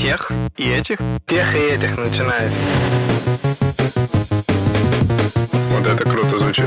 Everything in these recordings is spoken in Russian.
Тех и этих? Тех и этих начинает. Вот это круто звучит.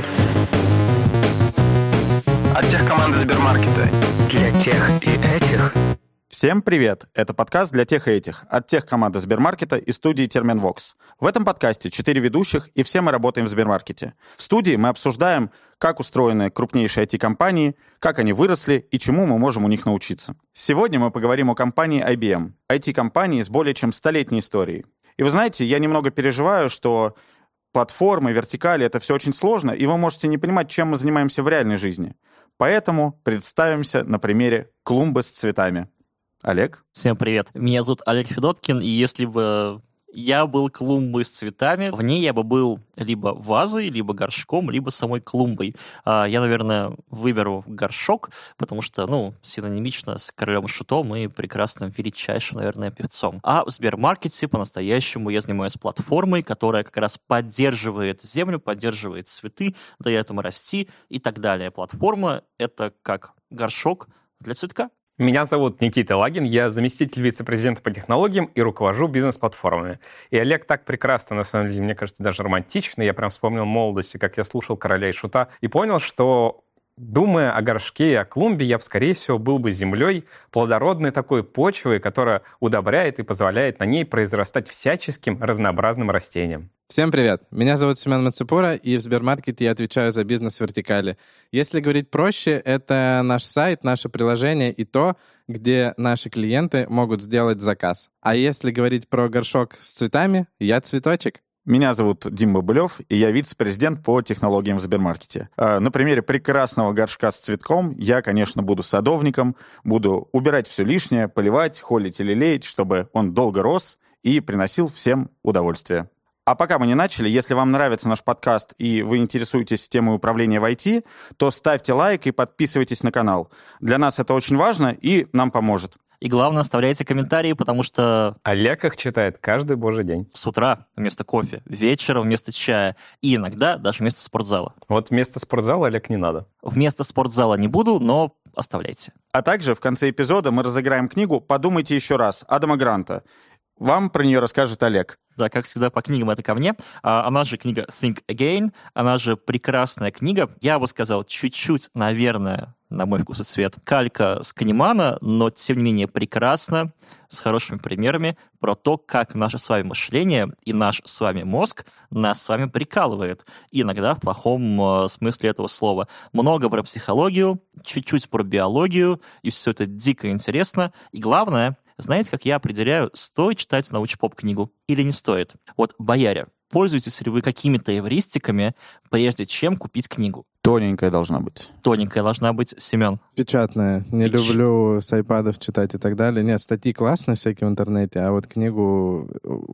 От техкоманды Сбермаркета. Для тех и этих. Всем привет! Это подкаст «Для тех и этих» от техкоманды Сбермаркета и студии Терминвокс. В этом подкасте 4 ведущих, и все мы работаем в Сбермаркете. В студии мы обсуждаем, как устроены крупнейшие IT-компании, как они выросли и чему мы можем у них научиться. Сегодня мы поговорим о компании IBM, IT-компании с более чем 100-летней историей. И вы знаете, я немного переживаю, что платформы, вертикали — это все очень сложно, и вы можете не понимать, чем мы занимаемся в реальной жизни. Поэтому представимся на примере клумбы с цветами. Олег? Всем привет. Меня зовут Олег Федоткин, и если бы я был клумбой с цветами, в ней я бы был либо вазой, либо горшком, либо самой клумбой. Я, наверное, выберу горшок, потому что, синонимично с королем Шутом и прекрасным, величайшим, наверное, певцом. А в Сбермаркете по-настоящему я занимаюсь платформой, которая как раз поддерживает землю, поддерживает цветы, дает им расти и так далее. Платформа — это как горшок для цветка. Меня зовут Никита Лагин, я заместитель вице-президента по технологиям и руковожу бизнес-платформами. И Олег так прекрасно, на самом деле, мне кажется, даже романтично. Я прям вспомнил молодость, как я слушал «Короля и Шута», и понял, что, думая о горшке и о клумбе, я бы, скорее всего, был бы землей, плодородной такой почвой, которая удобряет и позволяет на ней произрастать всяческим разнообразным растениям. Всем привет! Меня зовут Семен Мацепура, и в Сбермаркете я отвечаю за бизнес-вертикали. Если говорить проще, это наш сайт, наше приложение и то, где наши клиенты могут сделать заказ. А если говорить про горшок с цветами, я цветочек. Меня зовут Дима Бобылев, и я вице-президент по технологиям в Сбермаркете. На примере прекрасного горшка с цветком я, конечно, буду садовником, буду убирать все лишнее, поливать, холить или леять, чтобы он долго рос и приносил всем удовольствие. А пока мы не начали, если вам нравится наш подкаст и вы интересуетесь темой управления в IT, то ставьте лайк и подписывайтесь на канал. Для нас это очень важно и нам поможет. И главное, оставляйте комментарии, потому что... Олег их читает каждый божий день. С утра вместо кофе, вечером вместо чая и иногда даже вместо спортзала. Вот вместо спортзала, Олег, не надо. Вместо спортзала не буду, но оставляйте. А также в конце эпизода мы разыграем книгу «Подумайте еще раз» Адама Гранта. Вам про нее расскажет Олег. Да, как всегда, по книгам это ко мне. Она же книга Think Again, она же прекрасная книга. Я бы сказал, чуть-чуть, наверное, на мой вкус и цвет, калька с Канемана, но, тем не менее, прекрасно, с хорошими примерами про то, как наше с вами мышление и наш с вами мозг нас с вами прикалывает. И иногда в плохом смысле этого слова. Много про психологию, чуть-чуть про биологию, и все это дико интересно. И главное... Знаете, как я определяю, стоит читать научпоп-книгу или не стоит? Вот, бояре, пользуетесь ли вы какими-то эвристиками, прежде чем купить книгу? Тоненькая должна быть. Тоненькая должна быть, Семен. Печатная. Не люблю с айпадов читать и так далее. Нет, статьи классные всякие в интернете, а вот книгу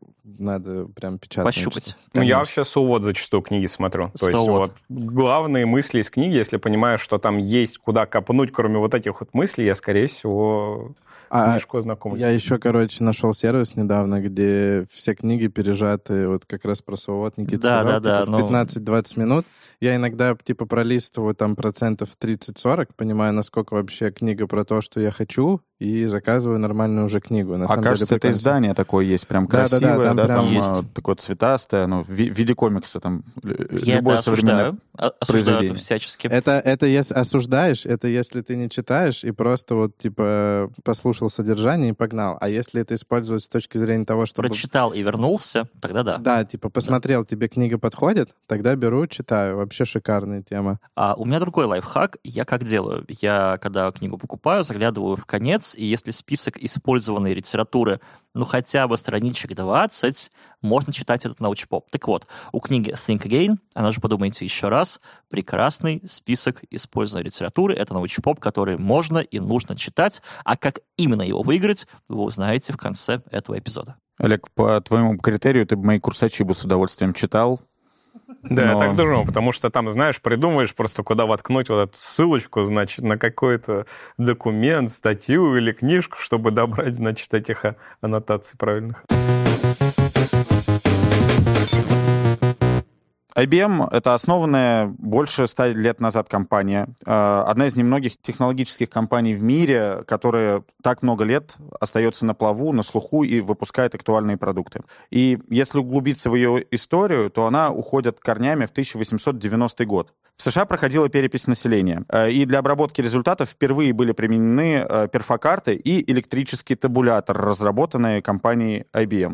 надо прям печатать. Пощупать. Я вообще с зачастую книги смотрю. То есть вот главные мысли из книги, если понимаю, что там есть куда копнуть, кроме вот этих вот мыслей, я, скорее всего... книжку знакомый. Я еще, нашел сервис недавно, где все книги пережаты, вот как раз про СООТ Никита сказал, в 15-20 минут. Я иногда, пролистываю там процентов 30-40, понимаю, насколько вообще книга про то, что я хочу, и заказываю нормальную уже книгу. На самом кажется, деле, это издание такое есть, прям красивое, там есть. Такое цветастое, в виде комикса, там, я любое современное осуждаю это всячески. Это если осуждаешь, это если ты не читаешь и просто послушал содержание и погнал. А если это использовать с точки зрения того, чтобы... Прочитал и вернулся, тогда да. Да, посмотрел, тебе книга подходит, тогда беру, читаю. Вообще шикарная тема. У меня другой лайфхак. Я как делаю? Я, когда книгу покупаю, заглядываю в конец, и если список использованной литературы, хотя бы страничек 20, можно читать этот научпоп. Так вот, у книги Think Again, она же «Подумайте еще раз», прекрасный список использованной литературы. Это научпоп, который можно и нужно читать. А как именно его выиграть, вы узнаете в конце этого эпизода. Олег, по твоему критерию, ты бы мои курсачи с удовольствием читал. Да, я так думаю, потому что там, придумаешь просто, куда воткнуть вот эту ссылочку, на какой-то документ, статью или книжку, чтобы добрать, этих аннотаций правильных. IBM — это основанная больше 100 лет назад компания. Одна из немногих технологических компаний в мире, которая так много лет остается на плаву, на слуху и выпускает актуальные продукты. И если углубиться в ее историю, то она уходит корнями в 1890 год. В США проходила перепись населения, и для обработки результатов впервые были применены перфокарты и электрический табулятор, разработанные компанией IBM.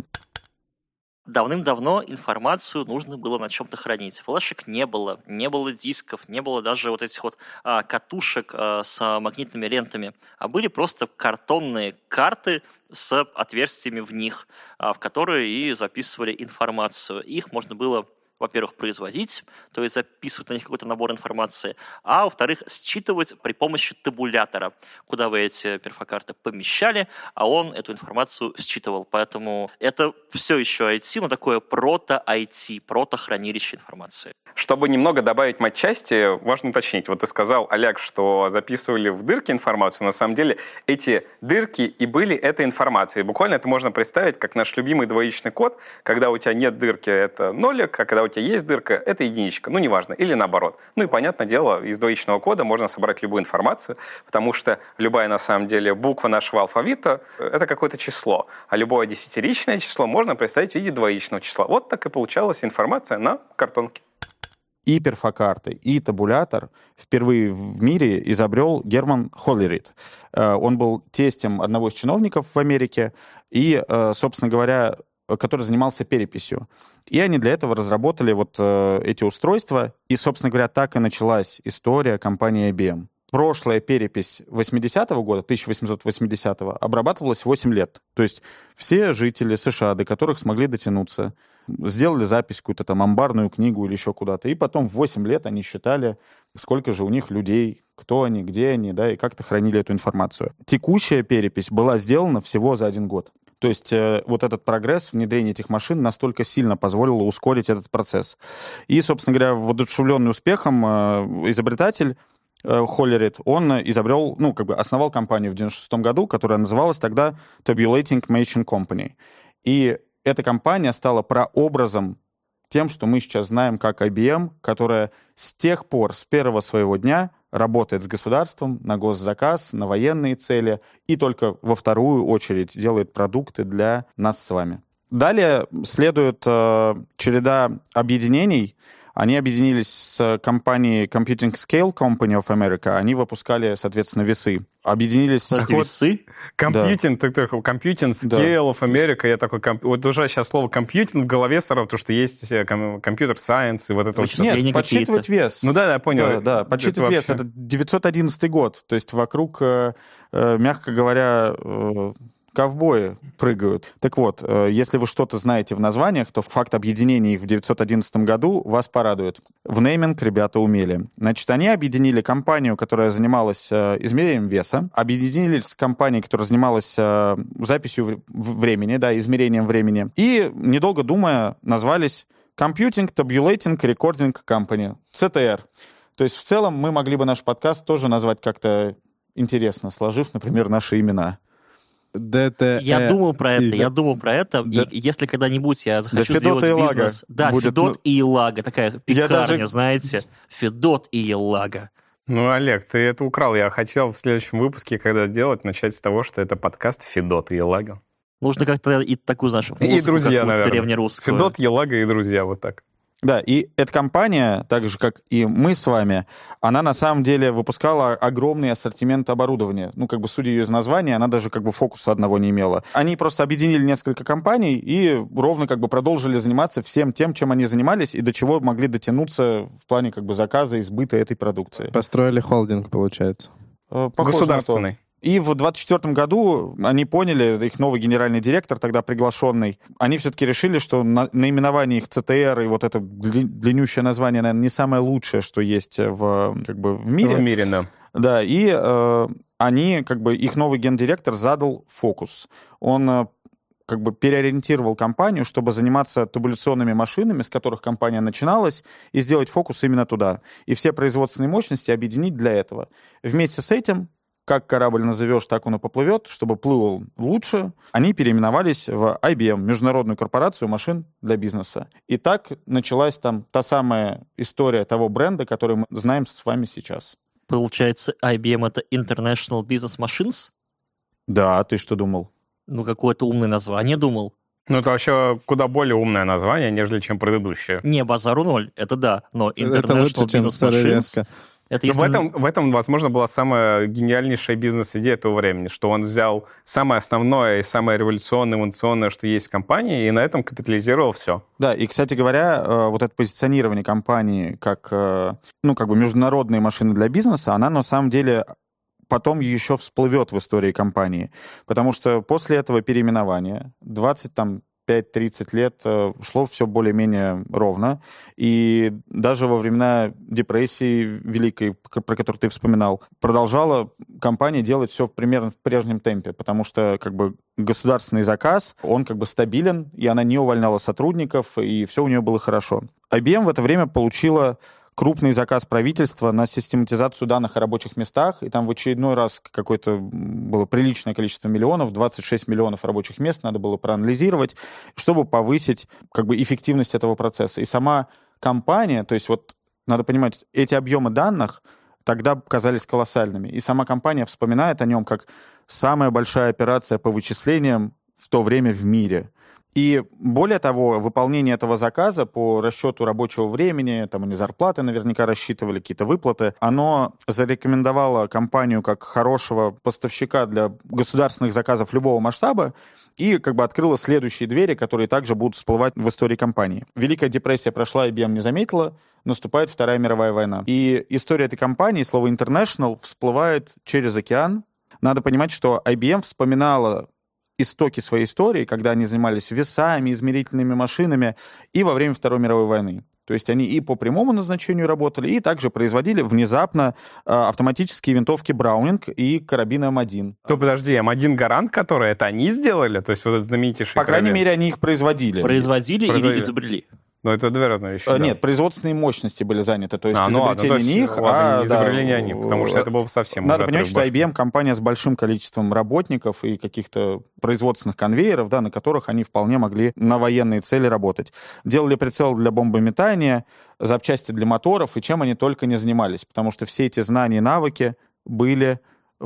Давным-давно информацию нужно было на чем-то хранить. Флешек не было дисков, не было даже вот этих вот катушек с магнитными лентами, а были просто картонные карты с отверстиями в них, в которые и записывали информацию. Их можно было, во-первых, производить, то есть записывать на них какой-то набор информации, а во-вторых, считывать при помощи табулятора, куда вы эти перфокарты помещали, а он эту информацию считывал. Поэтому это все еще IT, но такое прото-IT, прото-хранилище информации. Чтобы немного добавить матчасти, важно уточнить. Вот ты сказал, Олег, что записывали в дырки информацию. На самом деле эти дырки и были этой информацией. Буквально это можно представить как наш любимый двоичный код. Когда у тебя нет дырки, это нолик, а когда у тебя есть дырка, это единичка. Ну, неважно. Или наоборот. Ну и, понятное дело, из двоичного кода можно собрать любую информацию, потому что любая, на самом деле, буква нашего алфавита — это какое-то число. А любое десятиричное число можно представить в виде двоичного числа. Вот так и получалась информация на картонке. И перфокарты, и табулятор впервые в мире изобрел Герман Холлерит. Он был тестем одного из чиновников в Америке и, собственно говоря, который занимался переписью. И они для этого разработали вот эти устройства. И, собственно говоря, так и началась история компании IBM. Прошлая перепись 80-го года, 1880-го, обрабатывалась 8 лет. То есть все жители США, до которых смогли дотянуться, сделали запись, какую-то там амбарную книгу или еще куда-то, и потом в 8 лет они считали, сколько же у них людей, кто они, где они, да, и как-то хранили эту информацию. Текущая перепись была сделана всего за 1 год. То есть вот этот прогресс, внедрение этих машин настолько сильно позволило ускорить этот процесс. И, собственно говоря, воодушевленный успехом изобретатель Холлерит, он изобрел, основал компанию в 1996 году, которая называлась тогда Tabulating Machine Company. И эта компания стала прообразом тем, что мы сейчас знаем как IBM, которая с тех пор, с первого своего дня, работает с государством на госзаказ, на военные цели, и только во вторую очередь делает продукты для нас с вами. Далее следует череда объединений. Они объединились с компанией Computing Scale Company of America. Они выпускали, соответственно, весы. Объединились с... весы? Computing Scale of America. Я такой... Вот уже сейчас слово компьютинг в голове сразу, потому что есть компьютер сайенс и вот это вот. Нет, подсчитывать вес. Ну да, я понял. Да, подсчитывать вес. Это 911 год. То есть вокруг, мягко говоря... ковбои прыгают. Так вот, если вы что-то знаете в названиях, то факт объединения их в 1911 году вас порадует. В нейминг ребята умели. Значит, они объединили компанию, которая занималась измерением веса, объединились с компанией, которая занималась записью времени, да, измерением времени, и, недолго думая, назвались Computing Tabulating Recording Company, CTR. То есть, в целом, мы могли бы наш подкаст тоже назвать как-то интересно, сложив, например, наши имена. Я думал про это. И если когда-нибудь я захочу сделать бизнес... Да, Федот и Елага. Такая пекарня, знаете. Федот и Елага. Ну, Олег, ты это украл. Я хотел в следующем выпуске, когда делать, начать с того, что это подкаст Федот и Елага. Нужно как-то и такую, знаешь, музыку, и друзья, наверное. Древнерусскую. Федот, Елага и друзья, вот так. Да, и эта компания, так же, как и мы с вами, она на самом деле выпускала огромный ассортимент оборудования. Судя из названия, она даже фокуса одного не имела. Они просто объединили несколько компаний и ровно продолжили заниматься всем тем, чем они занимались, и до чего могли дотянуться в плане заказа и сбыта этой продукции. Построили холдинг, получается. Государственный. И в 2024 году они поняли, их новый генеральный директор, тогда приглашенный, они все-таки решили, что наименование их CTR и вот это длиннющее название, наверное, не самое лучшее, что есть в мире. В мире, да. Да, и они, их новый гендиректор задал фокус. Он переориентировал компанию, чтобы заниматься табуляционными машинами, с которых компания начиналась, и сделать фокус именно туда. И все производственные мощности объединить для этого. Вместе с этим как корабль назовешь, так он и поплывет, чтобы плыл лучше, они переименовались в IBM, Международную корпорацию машин для бизнеса. И так началась там та самая история того бренда, который мы знаем с вами сейчас. Получается, IBM — это International Business Machines? Да, ты что думал? Ну, какое-то умное название думал. Ну, это вообще куда более умное название, нежели чем предыдущее. Не, базару ноль, это да, но Это International лучше, чем Business Machines... Это если... В этом, возможно, была самая гениальнейшая бизнес-идея того времени, что он взял самое основное и самое революционное, инновационное, что есть в компании, и на этом капитализировал все. Да, и, кстати говоря, вот это позиционирование компании как, международные машины для бизнеса, она на самом деле потом еще всплывет в истории компании, потому что после этого переименования 25-30 лет шло все более-менее ровно. И даже во времена депрессии великой, про которую ты вспоминал, продолжала компания делать все примерно в прежнем темпе, потому что государственный заказ, он стабилен, и она не увольняла сотрудников, и все у нее было хорошо. IBM в это время получила крупный заказ правительства на систематизацию данных о рабочих местах, и там в очередной раз какое-то было приличное количество миллионов, 26 миллионов рабочих мест надо было проанализировать, чтобы повысить эффективность этого процесса. И сама компания, то есть надо понимать, эти объемы данных тогда казались колоссальными, и сама компания вспоминает о нем как самая большая операция по вычислениям в то время в мире. И более того, выполнение этого заказа по расчету рабочего времени, там они зарплаты наверняка рассчитывали, какие-то выплаты, оно зарекомендовало компанию как хорошего поставщика для государственных заказов любого масштаба и открыло следующие двери, которые также будут всплывать в истории компании. Великая депрессия прошла, IBM не заметила, наступает Вторая мировая война. И история этой компании, слово «international» всплывает через океан. Надо понимать, что IBM вспоминала истоки своей истории, когда они занимались весами, измерительными машинами, и во время Второй мировой войны. То есть они и по прямому назначению работали, и также производили внезапно автоматические винтовки Браунинг и карабины М1. То подожди, М1 Гарант, которые это они сделали? То есть вот этот знаменитейший По крайней мере, они их производили. Производили или изобрели? Ну, это две вещи. Да. Нет, производственные мощности были заняты, то есть изобретение не их, изобрели не они, потому что это было совсем... Надо понимать, что IBM компания с большим количеством работников и каких-то производственных конвейеров, на которых они вполне могли на военные цели работать. Делали прицел для бомбометания, запчасти для моторов, и чем они только не занимались, потому что все эти знания и навыки были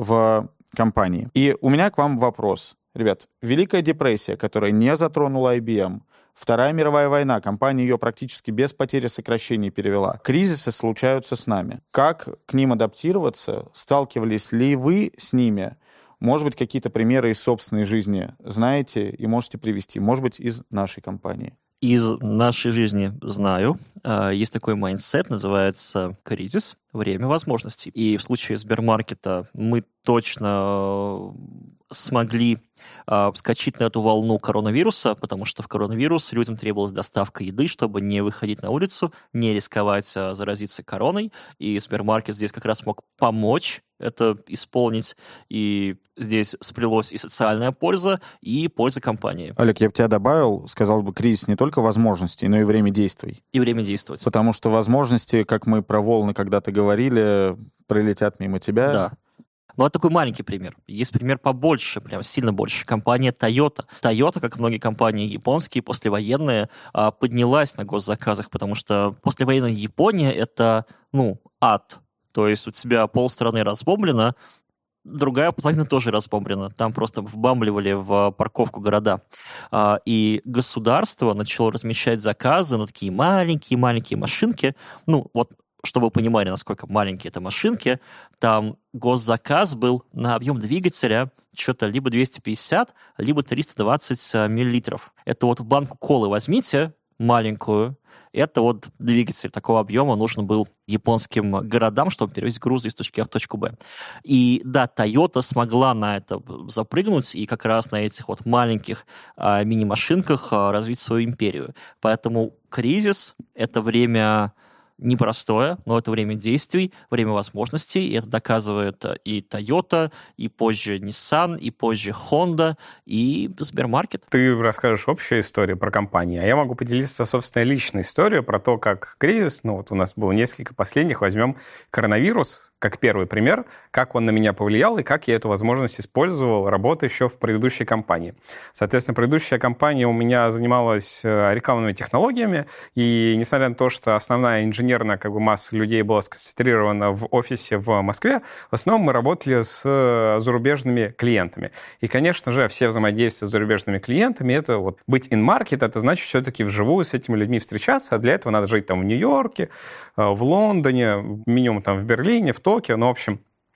в компании. И у меня к вам вопрос. Ребят, Великая депрессия, которая не затронула IBM, Вторая мировая война, компания ее практически без потери сокращений перевела. Кризисы случаются с нами. Как к ним адаптироваться? Сталкивались ли вы с ними? Может быть, какие-то примеры из собственной жизни знаете и можете привести? Может быть, из нашей компании? Из нашей жизни знаю. Есть такой майндсет, называется кризис, время возможностей. И в случае Сбермаркета мы точно смогли вскочить на эту волну коронавируса, потому что в коронавирус людям требовалась доставка еды, чтобы не выходить на улицу, не рисковать заразиться короной. И Сбермаркет здесь как раз мог помочь это исполнить. И здесь сплелась и социальная польза, и польза компании. Олег, я бы тебя добавил, сказал бы, кризис не только возможностей, но и время действий. И время действовать. Потому что возможности, как мы про волны когда-то говорили, пролетят мимо тебя. Да. Ну, это такой маленький пример. Есть пример побольше, прям сильно больше. Компания Toyota. Toyota, как и многие компании японские, послевоенные, поднялась на госзаказах, потому что послевоенная Япония — это, ад. То есть у тебя полстраны разбомблено, другая половина тоже разбомблена. Там просто вбамбливали в парковку города. И государство начало размещать заказы на такие маленькие-маленькие машинки. Чтобы вы понимали, насколько маленькие это машинки, там госзаказ был на объем двигателя что-то либо 250, либо 320 миллилитров. Это банку колы возьмите, маленькую, это двигатель такого объема нужен был японским городам, чтобы перевезти грузы из точки А в точку Б. И да, Toyota смогла на это запрыгнуть и как раз на этих маленьких мини-машинках развить свою империю. Поэтому кризис — это время непростое, но это время действий, время возможностей, и это доказывает и Toyota, и позже Nissan, и позже Honda, и Сбермаркет. Ты расскажешь общую историю про компании, а я могу поделиться собственной личной историей про то, как кризис, у нас было несколько последних, возьмем коронавирус, как первый пример, как он на меня повлиял и как я эту возможность использовал, работая еще в предыдущей компании. Соответственно, предыдущая компания у меня занималась рекламными технологиями, и несмотря на то, что основная инженерная масса людей была сконцентрирована в офисе в Москве, в основном мы работали с зарубежными клиентами. И, конечно же, все взаимодействия с зарубежными клиентами, это быть in-market, это значит все-таки вживую с этими людьми встречаться, а для этого надо жить в Нью-Йорке, в Лондоне, минимум в Берлине, в Токио, в общем,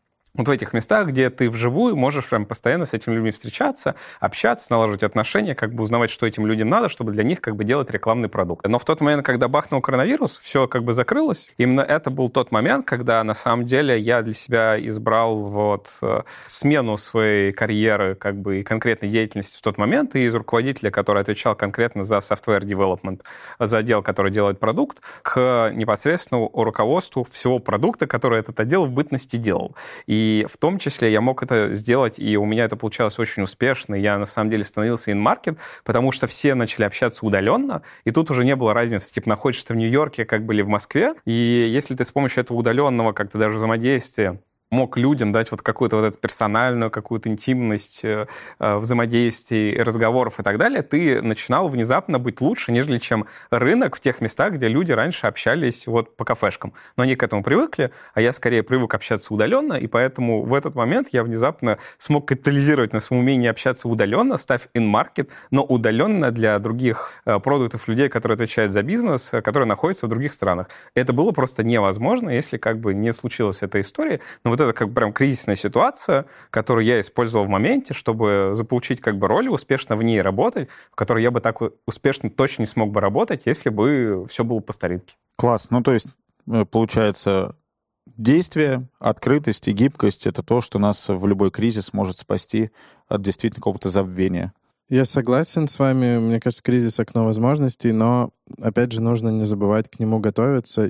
в этих местах, где ты вживую можешь прям постоянно с этими людьми встречаться, общаться, налаживать отношения, узнавать, что этим людям надо, чтобы для них делать рекламный продукт. Но в тот момент, когда бахнул коронавирус, все закрылось. Именно это был тот момент, когда на самом деле я для себя избрал смену своей карьеры и конкретной деятельности в тот момент, и из руководителя, который отвечал конкретно за software development, за отдел, который делает продукт, к непосредственному руководству всего продукта, который этот отдел в бытности делал. И в том числе я мог это сделать, и у меня это получалось очень успешно. Я, на самом деле, становился in-market, потому что все начали общаться удаленно, и тут уже не было разницы, находишься ты в Нью-Йорке, или в Москве, и если ты с помощью этого удаленного даже взаимодействия мог людям дать какую-то эту персональную, какую-то интимность взаимодействий, разговоров и так далее, ты начинал внезапно быть лучше, нежели чем рынок в тех местах, где люди раньше общались по кафешкам. Но они к этому привыкли, а я скорее привык общаться удаленно, и поэтому в этот момент я внезапно смог капитализировать на своем умении общаться удаленно, став in-market, но удаленно для других продуктов, людей, которые отвечают за бизнес, которые находятся в других странах. Это было просто невозможно, если не случилась эта история. Но это прям кризисная ситуация, которую я использовал в моменте, чтобы заполучить роль и успешно в ней работать, в которой я бы так успешно точно не смог бы работать, если бы все было по старинке. Класс. То есть, получается, действие, открытость и гибкость — это то, что нас в любой кризис может спасти от действительно какого-то забвения. Я согласен с вами. Мне кажется, кризис — окно возможностей, но, опять же, нужно не забывать к нему готовиться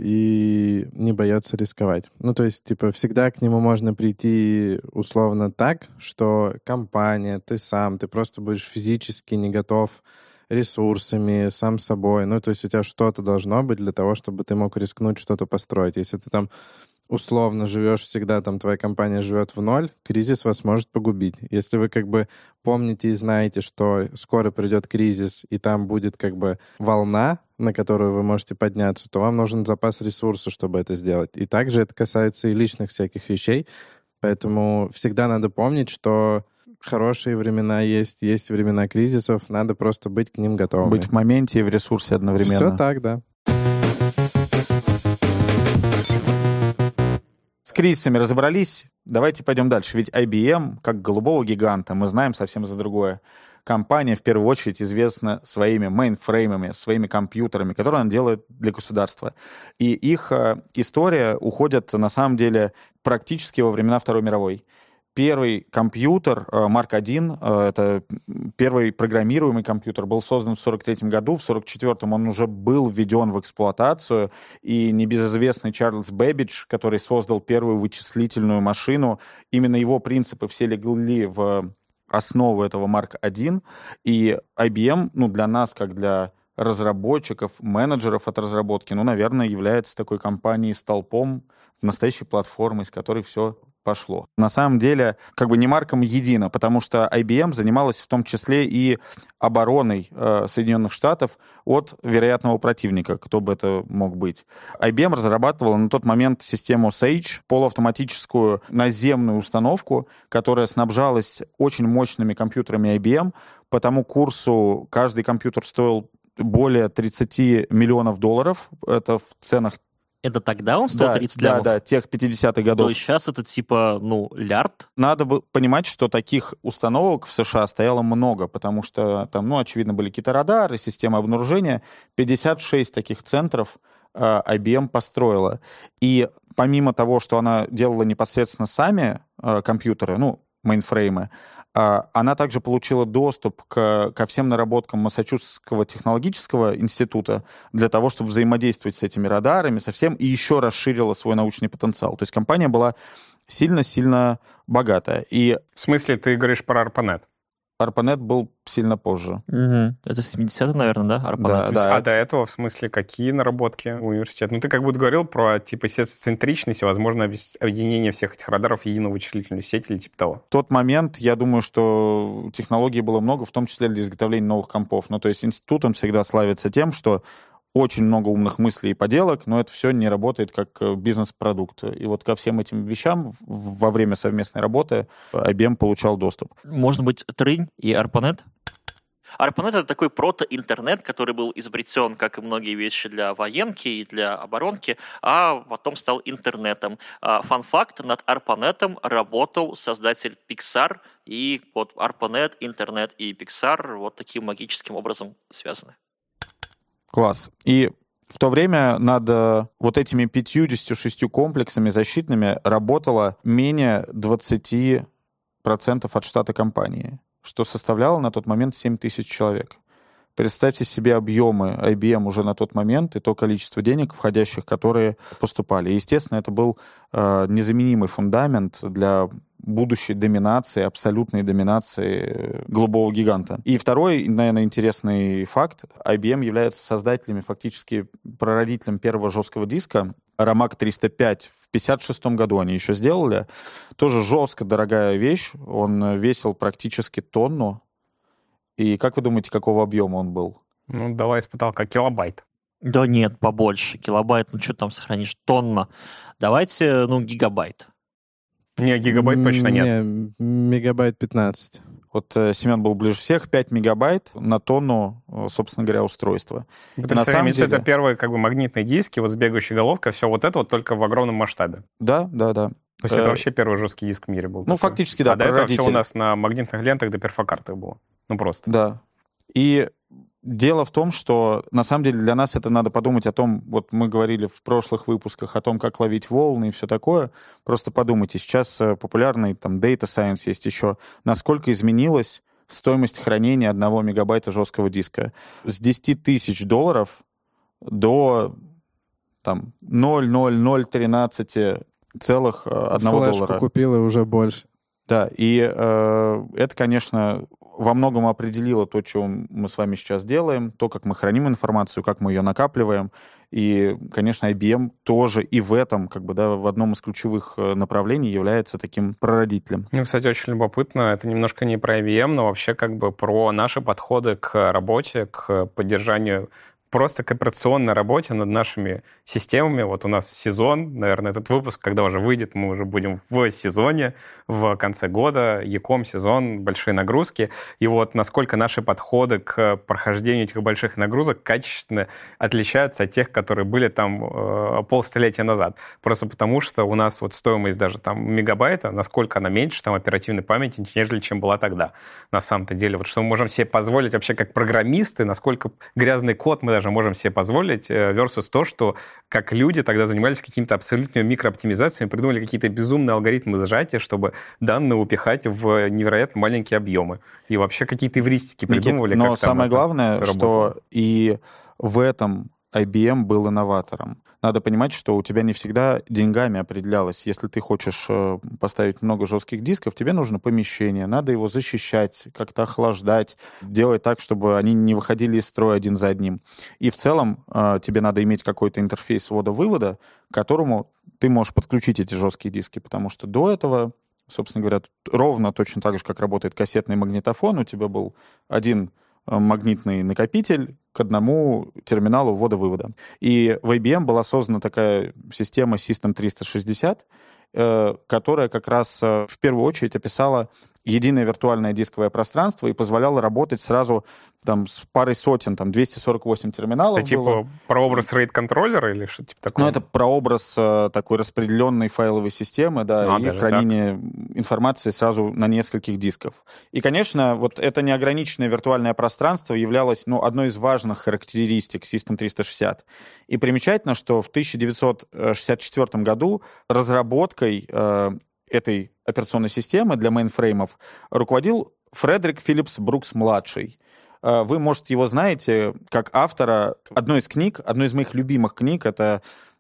и не бояться рисковать. То есть, всегда к нему можно прийти условно так, что компания, ты сам, ты просто будешь физически не готов ресурсами, сам собой. То есть у тебя что-то должно быть для того, чтобы ты мог рискнуть что-то построить. Если ты условно живешь всегда, твоя компания живет в ноль, кризис вас может погубить. Если вы помните и знаете, что скоро придет кризис, и там будет волна, на которую вы можете подняться, то вам нужен запас ресурсов, чтобы это сделать. И также это касается и личных всяких вещей. Поэтому всегда надо помнить, что хорошие времена есть времена кризисов, надо просто быть к ним готовым. Быть в моменте и в ресурсе одновременно. Все так, да. С кризисами разобрались, давайте пойдем дальше. Ведь IBM, как голубого гиганта, мы знаем совсем за другое. Компания, в первую очередь, известна своими мейнфреймами, своими компьютерами, которые она делает для государства. И их история уходит, на самом деле, практически во времена Второй мировой. Первый компьютер, Марк I, это первый программируемый компьютер, был создан в 1943 году. В 1944 он уже был введен в эксплуатацию. И небезызвестный Чарльз Бэббидж, который создал первую вычислительную машину, именно его принципы все легли в основу этого Марк I. И IBM, для нас, как для разработчиков, менеджеров от разработки, наверное, является такой компанией столпом, настоящей платформой, с которой все пошло. На самом деле, не марком едино, потому что IBM занималась в том числе и обороной Соединенных Штатов от вероятного противника, кто бы это мог быть. IBM разрабатывала на тот момент систему Sage, полуавтоматическую наземную установку, которая снабжалась очень мощными компьютерами IBM. По тому курсу каждый компьютер стоил более 30 миллионов долларов. Это в ценах. Это тогда он стоил 30 лямов? Да, тех 50-х годов. То есть сейчас это лярд? Надо бы понимать, что таких установок в США стояло много, потому что там, очевидно, были какие-то радары, системы обнаружения. 56 таких центров IBM построила. И помимо того, что она делала непосредственно сами компьютеры, мейнфреймы, она также получила доступ ко всем наработкам Массачусетского технологического института для того, чтобы взаимодействовать с этими радарами, со всем, и еще расширила свой научный потенциал. То есть компания была сильно-сильно богатая. И... В смысле, ты говоришь про ARPANET? ARPANET был сильно позже. Угу. Это 70-е, наверное, да, ARPANET? Да. До этого, в смысле, какие наработки у университета? Ну, ты как будто говорил про, типа, сетоцентричность и, возможно, объединение всех этих радаров в единую вычислительную сеть или типа того. В тот момент, я думаю, что технологий было много, в том числе для изготовления новых компов. Ну, то есть институт, он всегда славится тем, что очень много умных мыслей и поделок, но это все не работает как бизнес-продукт. И вот ко всем этим вещам во время совместной работы IBM получал доступ. Может быть, Трынь и ARPANET? ARPANET — это такой прото-интернет, который был изобретен, как и многие вещи, для военки и для оборонки, а потом стал интернетом. Фан-факт, над ARPANET работал создатель Pixar, и вот ARPANET, интернет и Pixar вот таким магическим образом связаны. Класс. И в то время над вот этими 56 комплексами защитными работало менее 20% от штата компании, что составляло на тот момент 7 тысяч человек. Представьте себе объемы IBM уже на тот момент и то количество денег, входящих, которые поступали. И, естественно, это был незаменимый фундамент для будущей доминации, абсолютной доминации голубого гиганта. И второй, наверное, интересный факт. IBM является создателями, фактически прародителем первого жесткого диска. Ромак 305 в 1956 году они еще сделали. Тоже жестко дорогая вещь. Он весил практически тонну. И как вы думаете, какого объема он был? Ну, давай с потолка килобайт. Да нет, побольше. Килобайт, ну что там сохранишь? Тонна. Давайте, гигабайт. Не, гигабайт точно нет. Не, мегабайт 15. Вот Семен был ближе всех, 5 мегабайт на тонну, собственно говоря, устройства. На самом деле... Это первые магнитные диски, вот с бегающей головкой, все вот это вот только в огромном масштабе. Да. То есть это вообще первый жесткий диск в мире был. Ну, фактически, да, до этого все у нас на магнитных лентах до перфокартах было. Ну, просто. Да. И дело в том, что на самом деле для нас это надо подумать о том, вот мы говорили в прошлых выпусках о том, как ловить волны и все такое. Просто подумайте, сейчас популярный там Data Science есть еще, насколько изменилась стоимость хранения 1 мегабайта жесткого диска. С $10 тысяч до там 0,0013 целых $1. Флешку купил и уже больше. Да, и это, конечно, во многом определило то, что мы с вами сейчас делаем, то, как мы храним информацию, как мы ее накапливаем. И, конечно, IBM тоже и в этом, в одном из ключевых направлений является таким прародителем. Ну, кстати, очень любопытно. Это немножко не про IBM, но вообще про наши подходы к работе, к поддержанию, просто к операционной работе над нашими системами. Вот у нас сезон, наверное, этот выпуск, когда уже выйдет, мы уже будем в сезоне, в конце года, Яком сезон, большие нагрузки. И вот насколько наши подходы к прохождению этих больших нагрузок качественно отличаются от тех, которые были там полстолетия назад. Просто потому, что у нас вот стоимость даже там мегабайта, насколько она меньше там оперативной памяти, нежели чем была тогда. На самом-то деле, вот что мы можем себе позволить вообще как программисты, насколько грязный код мы даже можем себе позволить, versus то, что как люди тогда занимались какими-то абсолютными микрооптимизациями, придумали какие-то безумные алгоритмы сжатия, чтобы данные упихать в невероятно маленькие объемы. И вообще какие-то эвристики придумывали. Но самое главное, что и в этом IBM был инноватором. Надо понимать, что у тебя не всегда деньгами определялось. Если ты хочешь поставить много жестких дисков, тебе нужно помещение, надо его защищать, как-то охлаждать, делать так, чтобы они не выходили из строя один за одним. И в целом тебе надо иметь какой-то интерфейс ввода-вывода, к которому ты можешь подключить эти жесткие диски, потому что до этого, собственно говоря, ровно точно так же, как работает кассетный магнитофон, у тебя был один магнитный накопитель к одному терминалу ввода-вывода. И в IBM была создана такая система System 360, которая как раз в первую очередь описала единое виртуальное дисковое пространство и позволяла работать сразу там с парой сотен, там 248 терминалов. Это типа прообраз RAID-контроллера или что-то типа такого? Ну, это прообраз такой распределенной файловой системы, да, и хранение информации сразу на нескольких дисков. И, конечно, вот это неограниченное виртуальное пространство являлось, одной из важных характеристик System 360. И примечательно, что в 1964 году разработкой этой операционной системы для мейнфреймов руководил Фредерик Филлипс Брукс-младший. Вы, может, его знаете как автора одной из моих любимых книг. Это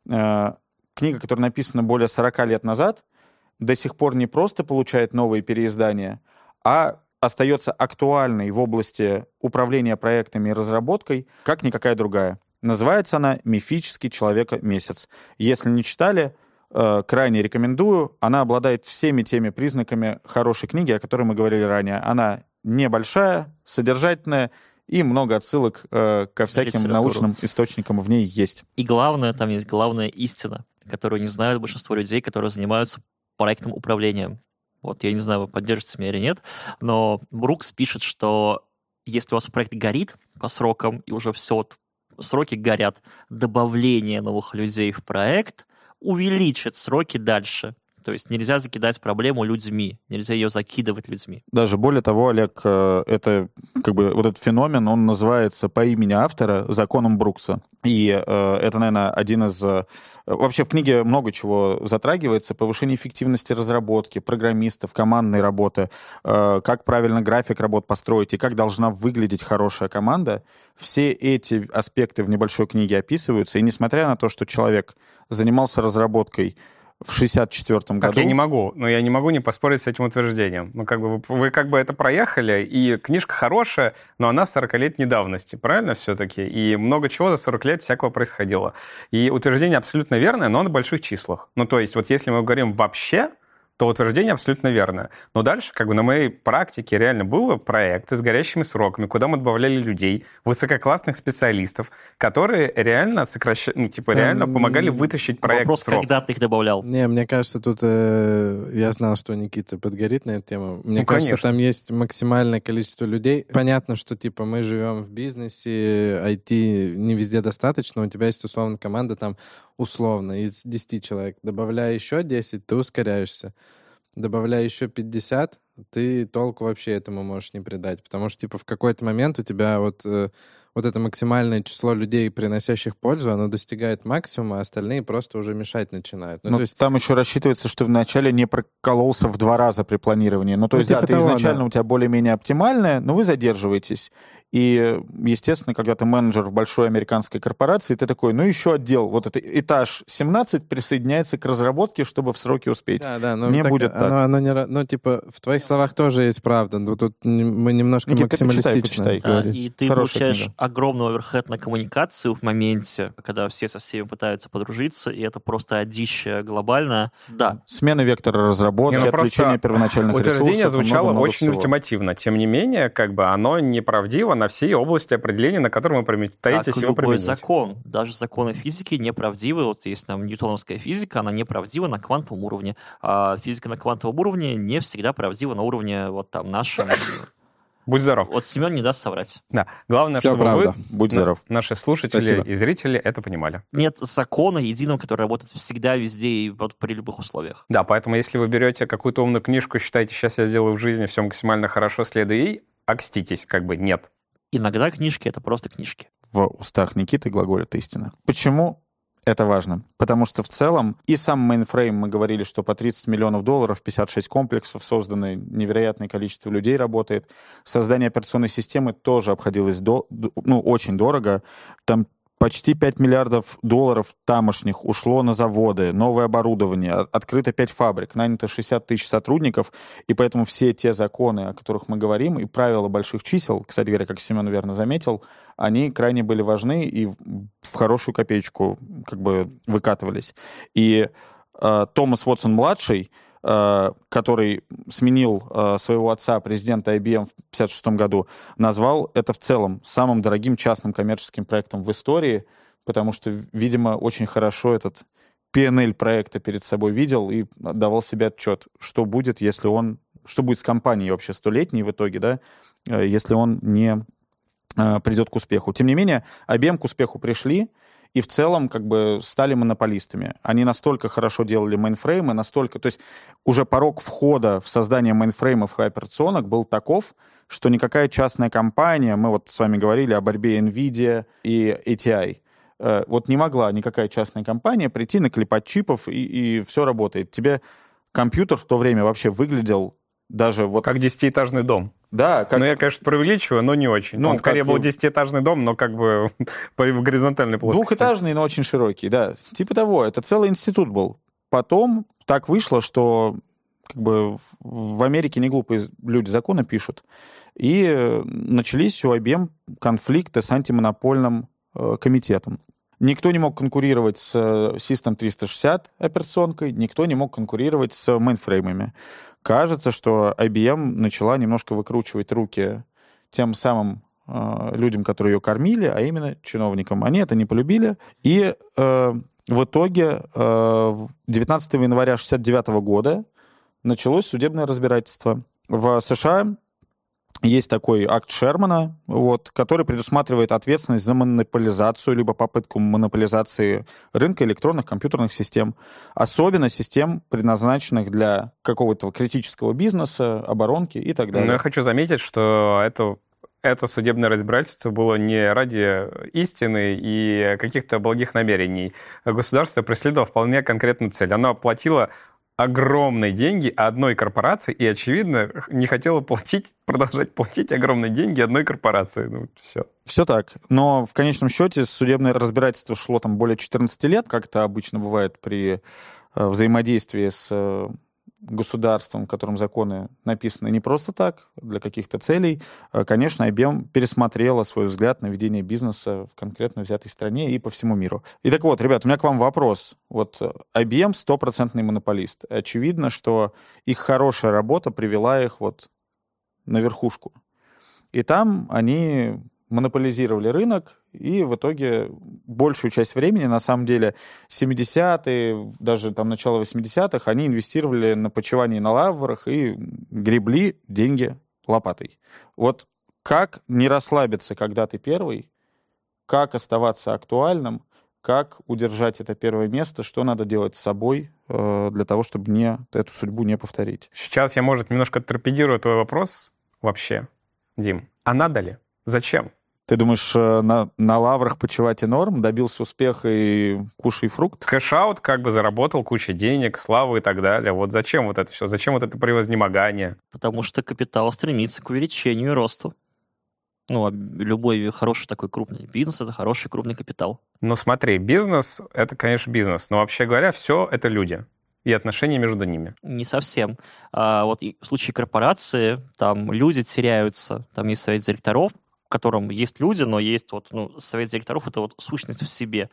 книга, которая написана более 40 лет назад, до сих пор не просто получает новые переиздания, а остается актуальной в области управления проектами и разработкой, как никакая другая. Называется она «Мифический человека-месяц». Если не читали, крайне рекомендую. Она обладает всеми теми признаками хорошей книги, о которой мы говорили ранее. Она небольшая, содержательная, и много отсылок ко всяким научным источникам в ней есть. И главное, там есть главная истина, которую не знают большинство людей, которые занимаются проектным управлением. Вот, я не знаю, вы поддержите меня или нет, но Брукс пишет, что если у вас проект горит по срокам, и уже все, вот, сроки горят, добавление новых людей в проект увеличит сроки дальше. То есть нельзя закидать проблему людьми, нельзя ее закидывать людьми. Даже более того, Олег, это как бы вот этот феномен, он называется по имени автора законом Брукса. И это, наверное, один из... Вообще в книге много чего затрагивается. Повышение эффективности разработки, программистов, командной работы, как правильно график работ построить и как должна выглядеть хорошая команда. Все эти аспекты в небольшой книге описываются. И несмотря на то, что человек занимался разработкой в 1964 году... Я не могу не поспорить с этим утверждением. Ну, как бы вы как бы это проехали, и книжка хорошая, но она 40-летней давности, правильно все-таки? И много чего за 40 лет всякого происходило. И утверждение абсолютно верное, но на больших числах. Ну, то есть вот если мы говорим вообще, то утверждение абсолютно верное. Но дальше, как бы на моей практике реально был проект с горящими сроками, куда мы добавляли людей, высококлассных специалистов, которые реально реально помогали вытащить проект. Вопрос, когда ты их добавлял? Не, мне кажется, тут я знал, что Никита подгорит на эту тему. Мне кажется, конечно, там есть максимальное количество людей. Понятно, что типа мы живем в бизнесе, IT не везде достаточно, у тебя есть условно команда там условно из 10 человек. Добавляя еще 10, ты ускоряешься. Добавляя еще 50, ты толку вообще этому можешь не придать. Потому что, типа, в какой-то момент у тебя вот это максимальное число людей, приносящих пользу, оно достигает максимума, а остальные просто уже мешать начинают. Ну, то есть... Там еще рассчитывается, что вначале не прокололся в 2 раза при планировании. Ну, то есть, типа ты изначально у тебя более-менее оптимальное, но вы задерживаетесь. И, естественно, когда ты менеджер в большой американской корпорации, ты такой, еще отдел, вот это этаж 17 присоединяется к разработке, чтобы в сроки успеть. Да, но будет так. Оно не, типа, в твоих словах тоже есть правда, но тут мы немножко максималистично говорим. И ты получаешь огромный оверхед на коммуникацию в моменте, когда все со всеми пытаются подружиться, и это просто одище глобально. Да. Смена вектора разработки, отключение первоначальных ресурсов. Утверждение звучало очень ультимативно. Тем не менее, как бы оно неправдиво на всей области определения, на которые вы пытаетесь его применить. Закон. Даже законы физики неправдивы. Вот есть там ньютоновская физика, она неправдива на квантовом уровне. А физика на квантовом уровне не всегда правдива на уровне вот там нашем. Будь здоров. Вот Семен не даст соврать. Да. Главное, все чтобы правда. Будь здоров. Наши слушатели Спасибо. И зрители это понимали. Нет закона единого, который работает всегда, везде и вот при любых условиях. Да, поэтому если вы берете какую-то умную книжку, считаете, сейчас я сделаю в жизни все максимально хорошо, следуя ей, окститесь, как бы нет. Иногда книжки — это просто книжки. В устах Никиты глаголит истина. Почему это важно? Потому что в целом и сам Mainframe, мы говорили, что по $30 миллионов, 56 комплексов созданы, невероятное количество людей работает. Создание операционной системы тоже обходилось очень дорого. Там почти $5 миллиардов тамошних ушло на заводы, новое оборудование, открыто 5 фабрик, нанято 60 тысяч сотрудников, и поэтому все те законы, о которых мы говорим, и правила больших чисел, кстати говоря, как Семен верно заметил, они крайне были важны и в хорошую копеечку как бы выкатывались. И Томас Уотсон-младший, который сменил своего отца, президента IBM в 1956 году, назвал это в целом самым дорогим частным коммерческим проектом в истории, потому что, видимо, очень хорошо этот P&L проекта перед собой видел и давал себе отчет, что будет, что будет с компанией вообще 100-летней в итоге, да, если он не придет к успеху. Тем не менее, IBM к успеху пришли, и в целом как бы стали монополистами. Они настолько хорошо делали мейнфреймы, настолько... То есть уже порог входа в создание мейнфреймов и операционок был таков, что никакая частная компания, мы вот с вами говорили о борьбе NVIDIA и ATI, вот не могла никакая частная компания прийти, наклепать чипов, и все работает. Тебе компьютер в то время вообще выглядел даже вот... Как 10-этажный дом. Да, как... Ну, я, конечно, преувеличиваю, но не очень. Он скорее был 10-этажный дом, но как бы в горизонтальной плоскости. Двухэтажный, но очень широкий, да. Типа того, это целый институт был. Потом так вышло, что как бы в Америке не глупые люди законы пишут. И начались у IBM конфликты с антимонопольным комитетом. Никто не мог конкурировать с System 360 операционкой, никто не мог конкурировать с мейнфреймами. Кажется, что IBM начала немножко выкручивать руки тем самым людям, которые ее кормили, а именно чиновникам. Они это не полюбили. И в итоге 19 января 1969 года началось судебное разбирательство. В США есть такой акт Шермана, который предусматривает ответственность за монополизацию либо попытку монополизации рынка электронных компьютерных систем, особенно систем, предназначенных для какого-то критического бизнеса, оборонки и так далее. Но я хочу заметить, что это судебное разбирательство было не ради истины и каких-то благих намерений. Государство преследовало вполне конкретную цель. Оно оплатило огромные деньги одной корпорации и, очевидно, не хотела продолжать платить огромные деньги одной корпорации. Все. Все так. Но в конечном счете судебное разбирательство шло там более 14 лет, как это обычно бывает при взаимодействии с государством, в котором законы написаны не просто так, для каких-то целей. Конечно, IBM пересмотрела свой взгляд на ведение бизнеса в конкретно взятой стране и по всему миру. И так вот, ребят, у меня к вам вопрос. IBM 100% монополист. Очевидно, что их хорошая работа привела их на верхушку. И там они монополизировали рынок, и в итоге большую часть времени, на самом деле, 70-е, даже там начало 80-х, они инвестировали на почивании на лаврах и гребли деньги лопатой. Как не расслабиться, когда ты первый, как оставаться актуальным, как удержать это первое место, что надо делать с собой для того, чтобы эту судьбу не повторить. Сейчас я, может, немножко торпедирую твой вопрос вообще, Дим. А надо ли? Зачем? Ты думаешь, на лаврах почивать и норм? Добился успеха и кушай фрукт? Кэш-аут заработал кучу денег, славы и так далее. Зачем это все? Зачем это превознемогание? Потому что капитал стремится к увеличению и росту. Любой хороший такой крупный бизнес — это хороший крупный капитал. Смотри, бизнес — это, конечно, бизнес. Но вообще говоря, все это люди и отношения между ними. Не совсем. В случае корпорации там люди теряются. Там есть совет директоров, в котором есть люди, но есть совет директоров — это сущность в себе.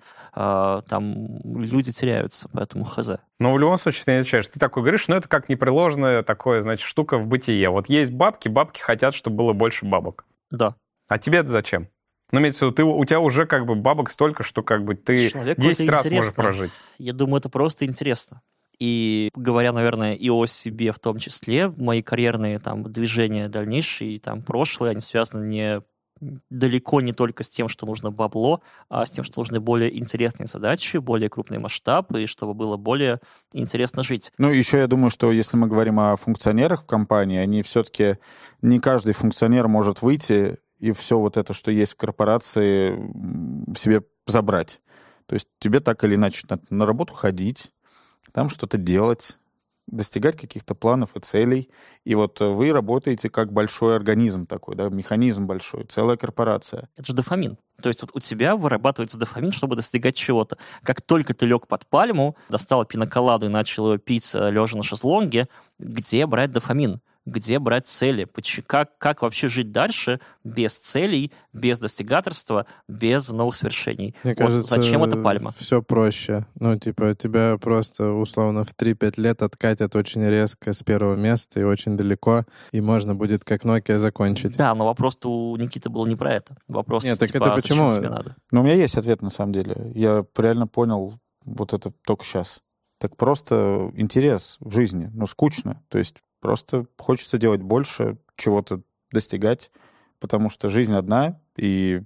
Там люди теряются, поэтому хз. Но в любом случае ты не отвечаешь. Ты такой говоришь, это как непреложная штука в бытие. Есть бабки хотят, чтобы было больше бабок. Да. А тебе это зачем? Имеется в виду, у тебя уже бабок столько, что ты человеку 10 раз интересно. можешь прожить. Я думаю, это просто интересно. И говоря, наверное, и о себе в том числе, мои карьерные движения дальнейшие, прошлые, они связаны далеко не только с тем, что нужно бабло, а с тем, что нужны более интересные задачи, более крупный масштаб, и чтобы было более интересно жить. Еще я думаю, что если мы говорим о функционерах в компании, они все-таки, не каждый функционер может выйти и все это, что есть в корпорации, себе забрать. То есть тебе так или иначе надо на работу ходить, там что-то делать, достигать каких-то планов и целей. И вы работаете как большой организм такой, механизм большой, целая корпорация. Это же дофамин. То есть у тебя вырабатывается дофамин, чтобы достигать чего-то. Как только ты лег под пальму, достал пиноколаду и начал ее пить лежа на шезлонге, где брать дофамин? Где брать цели? Как вообще жить дальше без целей, без достигаторства, без новых свершений? Мне кажется, зачем эта пальма? Все проще. Тебя просто условно в 3-5 лет откатят очень резко с первого места и очень далеко, и можно будет как Nokia закончить. Да, но вопрос-то у Никиты был не про это. Вопрос, нет, так это почему? Тебе надо? У меня есть ответ на самом деле. Я реально понял это только сейчас. Так просто интерес в жизни, скучно. То есть просто хочется делать больше, чего-то достигать, потому что жизнь одна, и,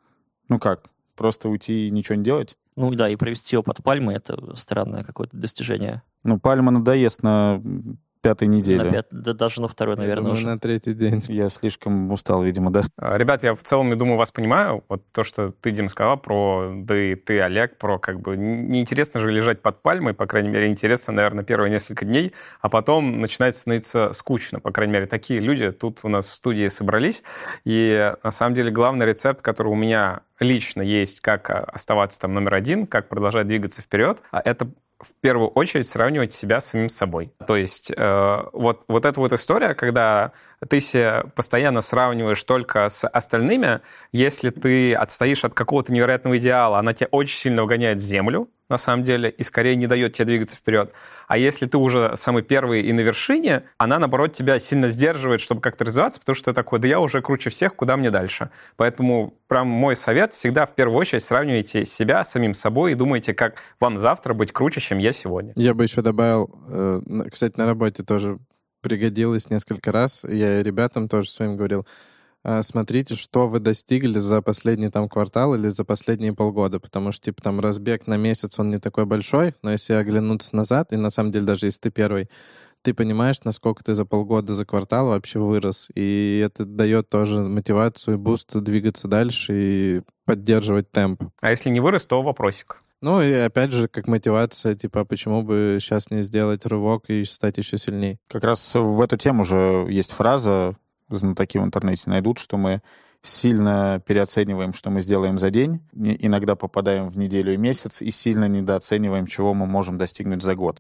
просто уйти и ничего не делать? И провести ее под пальмой — это странное какое-то достижение. Пальма надоест на 5-й неделе. Даже на 2-й, наверное, уже. уже. На 3-й день. Я слишком устал, видимо, да? Ребят, я в целом, я думаю, вас понимаю. То, что ты, Дим, сказал да и ты, Олег, про неинтересно же лежать под пальмой, по крайней мере, интересно, наверное, первые несколько дней, а потом начинает становиться скучно. По крайней мере, такие люди тут у нас в студии собрались. И на самом деле главный рецепт, который у меня лично есть, как оставаться номер один, как продолжать двигаться вперед, это в первую очередь сравнивать себя с самим собой. То есть вот эта вот история, когда ты себя постоянно сравниваешь только с остальными, если ты отстоишь от какого-то невероятного идеала, она тебя очень сильно вгоняет в землю, на самом деле, и скорее не дает тебе двигаться вперед. А если ты уже самый первый и на вершине, она, наоборот, тебя сильно сдерживает, чтобы как-то развиваться, потому что ты такой, да я уже круче всех, куда мне дальше? Поэтому прям мой совет, всегда в первую очередь сравнивайте себя с самим собой и думайте, как вам завтра быть круче, чем я сегодня. Я бы еще добавил, кстати, на работе тоже пригодилось несколько раз, я ребятам тоже своим говорил, смотрите, что вы достигли за последний там квартал или за последние полгода, потому что, типа, там разбег на месяц, он не такой большой, но если оглянуться назад, и на самом деле даже если ты первый, ты понимаешь, насколько ты за полгода, за квартал вообще вырос, и это дает тоже мотивацию и буст двигаться дальше и поддерживать темп. А если не вырос, то вопросик. Ну и опять же, как мотивация, типа, почему бы сейчас не сделать рывок и стать еще сильнее? Как раз в эту тему же есть фраза, знатоки в интернете найдут, что мы сильно переоцениваем, что мы сделаем за день, иногда попадаем в неделю и месяц, и сильно недооцениваем, чего мы можем достигнуть за год.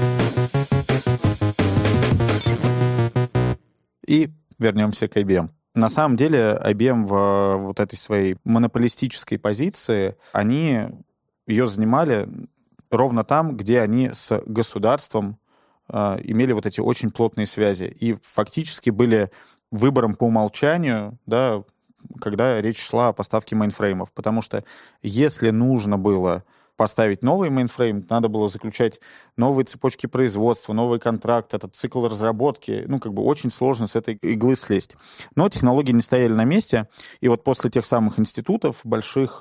И вернемся к IBM. На самом деле IBM в вот этой своей монополистической позиции, они ее занимали ровно там, где они с государством имели вот эти очень плотные связи. И фактически были выбором по умолчанию, да, когда речь шла о поставке мейнфреймов. Потому что если нужно было поставить новый мейнфрейм, надо было заключать новые цепочки производства, новый контракт, этот цикл разработки. Ну, как бы очень сложно с этой иглы слезть. Но технологии не стояли на месте. И вот после тех самых институтов, больших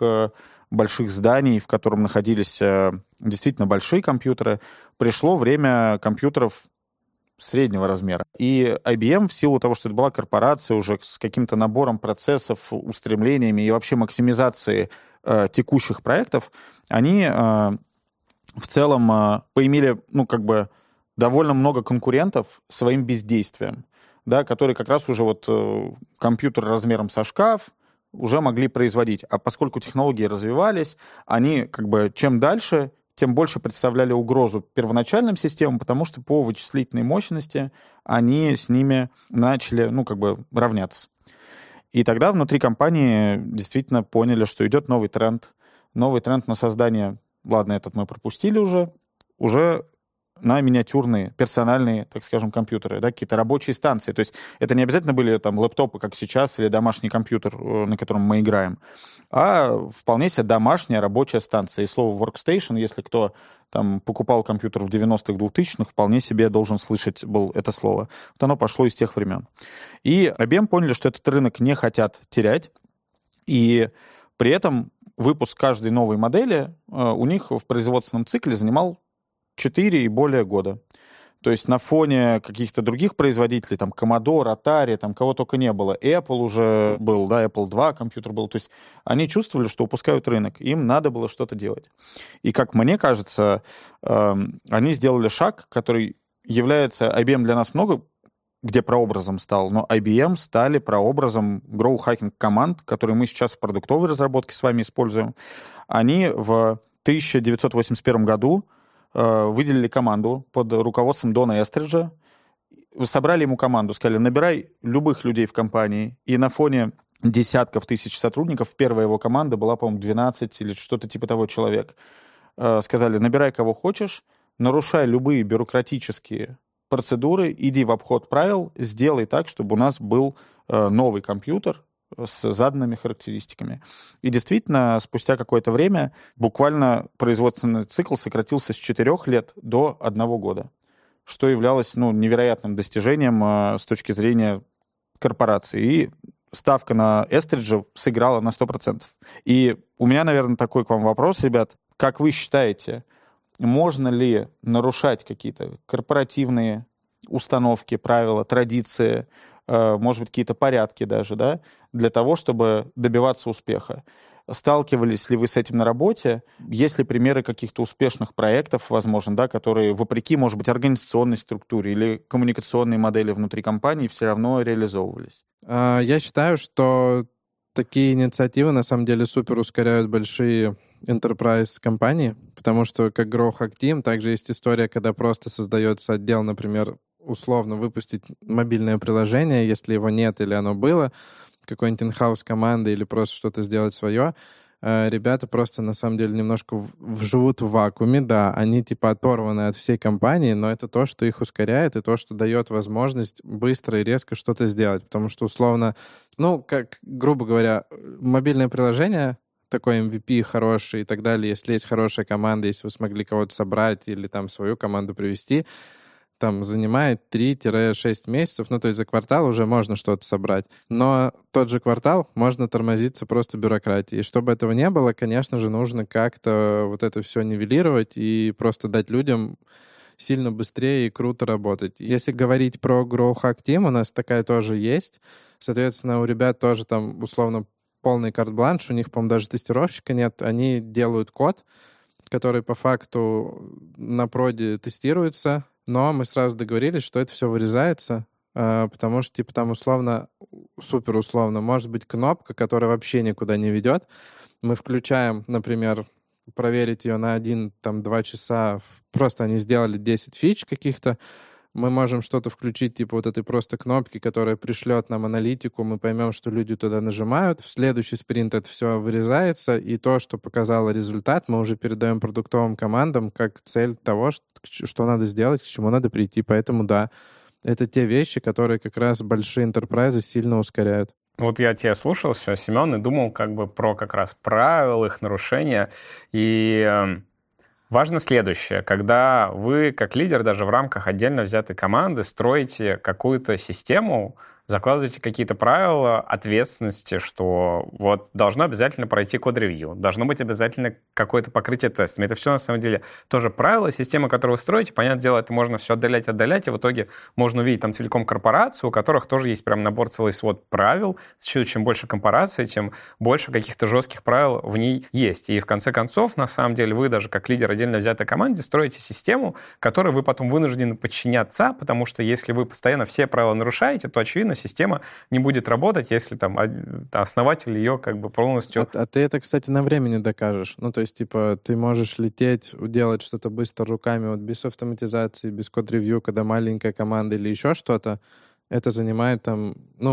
зданий, в котором находились действительно большие компьютеры, пришло время компьютеров среднего размера. И IBM, в силу того, что это была корпорация уже с каким-то набором процессов, устремлениями и вообще максимизацией текущих проектов, они в целом поимели, ну, как бы довольно много конкурентов своим бездействием, да, которые как раз уже вот компьютер размером со шкаф уже могли производить. А поскольку технологии развивались, они как бы чем дальше, тем больше представляли угрозу первоначальным системам, потому что по вычислительной мощности они с ними начали, ну, как бы равняться. И тогда внутри компании действительно поняли, что идет новый тренд на создание, ладно, этот мы пропустили уже на миниатюрные, персональные, так скажем, компьютеры, да, какие-то рабочие станции. То есть это не обязательно были там лэптопы, как сейчас, или домашний компьютер, на котором мы играем, а вполне себе домашняя рабочая станция. И слово workstation, если кто там покупал компьютер в 90-х, 2000-х, вполне себе должен слышать был это слово. Вот оно пошло из тех времен. И IBM поняли, что этот рынок не хотят терять, и при этом выпуск каждой новой модели у них в производственном цикле занимал 4 и более года. То есть на фоне каких-то других производителей, там, Commodore, Atari, там, кого только не было, Apple уже был, да, Apple II компьютер был. То есть они чувствовали, что упускают рынок, им надо было что-то делать. И, как мне кажется, они сделали шаг, который является IBM для нас много где прообразом стал, но IBM стали прообразом growth-hacking команд, которые мы сейчас в продуктовой разработке с вами используем. Они в 1981 году выделили команду под руководством Дона Эстриджа, собрали ему команду, сказали, набирай любых людей в компании, и на фоне десятков тысяч сотрудников, первая его команда была, по-моему, 12 или что-то типа того человек. Сказали, набирай кого хочешь, нарушай любые бюрократические процедуры, иди в обход правил, сделай так, чтобы у нас был новый компьютер с заданными характеристиками. И действительно, спустя какое-то время буквально производственный цикл сократился с 4 лет до 1 года, что являлось, ну, невероятным достижением с точки зрения корпорации. И ставка на Эстриджа сыграла на 100%. И у меня, наверное, такой к вам вопрос, ребят. Как вы считаете, можно ли нарушать какие-то корпоративные установки, правила, традиции, может быть, какие-то порядки даже, да, для того, чтобы добиваться успеха? Сталкивались ли вы с этим на работе? Есть ли примеры каких-то успешных проектов, возможно, да, которые, вопреки, может быть, организационной структуре или коммуникационной модели внутри компании, все равно реализовывались? Я считаю, что Такие инициативы, на самом деле, супер ускоряют большие enterprise-компании, потому что как Grow Hack Team, также есть история, когда просто создается отдел, например, условно выпустить мобильное приложение, если его нет или оно было, какой-нибудь in-house команды или просто что-то сделать свое. Ребята просто, на самом деле, немножко живут в вакууме, да, они типа оторваны от всей компании, но это то, что их ускоряет, и то, что дает возможность быстро и резко что-то сделать, потому что, условно, как, грубо говоря, мобильное приложение, такой MVP хороший и так далее, если есть хорошая команда, если вы смогли кого-то собрать или там свою команду привести, там занимает 3-6 месяцев, то есть за квартал уже можно что-то собрать. Но тот же квартал можно тормозиться просто бюрократией. И чтобы этого не было, конечно же, нужно как-то вот это все нивелировать и просто дать людям сильно быстрее и круто работать. Если говорить про Grow Hack Team, у нас такая тоже есть. Соответственно, у ребят тоже там условно полный карт-бланш, у них, по-моему, даже тестировщика нет. Они делают код, который по факту на проде тестируется, но мы сразу договорились, что это все вырезается, потому что, типа, там условно, супер условно, может быть кнопка, которая вообще никуда не ведет. Мы включаем, например, проверить ее на 1-2 часа. Просто они сделали 10 фич каких-то. Мы можем что-то включить, типа вот этой просто кнопки, которая пришлет нам аналитику, мы поймем, что люди туда нажимают. В следующий спринт это все вырезается, и то, что показало результат, мы уже передаем продуктовым командам как цель того, что надо сделать, к чему надо прийти. Поэтому да, это те вещи, которые как раз большие энтерпрайзы сильно ускоряют. Вот я тебя слушал все, Семен, и думал как бы про как раз правила, их нарушения. И важно следующее. Когда вы, как лидер, даже в рамках отдельно взятой команды, строите какую-то систему, закладываете какие-то правила ответственности, что вот должно обязательно пройти код-ревью, должно быть обязательно какое-то покрытие тестами. Это все, на самом деле, тоже правила, система, которую вы строите. Понятное дело, это можно все отдалять, и в итоге можно увидеть там целиком корпорацию, у которых тоже есть прям набор, целый свод правил. Чем больше корпорации, тем больше каких-то жестких правил в ней есть. И в конце концов, на самом деле, вы даже как лидер отдельно взятой команде строите систему, которой вы потом вынуждены подчиняться, потому что если вы постоянно все правила нарушаете, то, очевидно, система не будет работать, если там основатель ее как бы полностью... А ты это, кстати, на времени докажешь. То есть, типа, ты можешь лететь, делать что-то быстро руками, вот без автоматизации, без код-ревью, когда маленькая команда или еще что-то, это занимает там...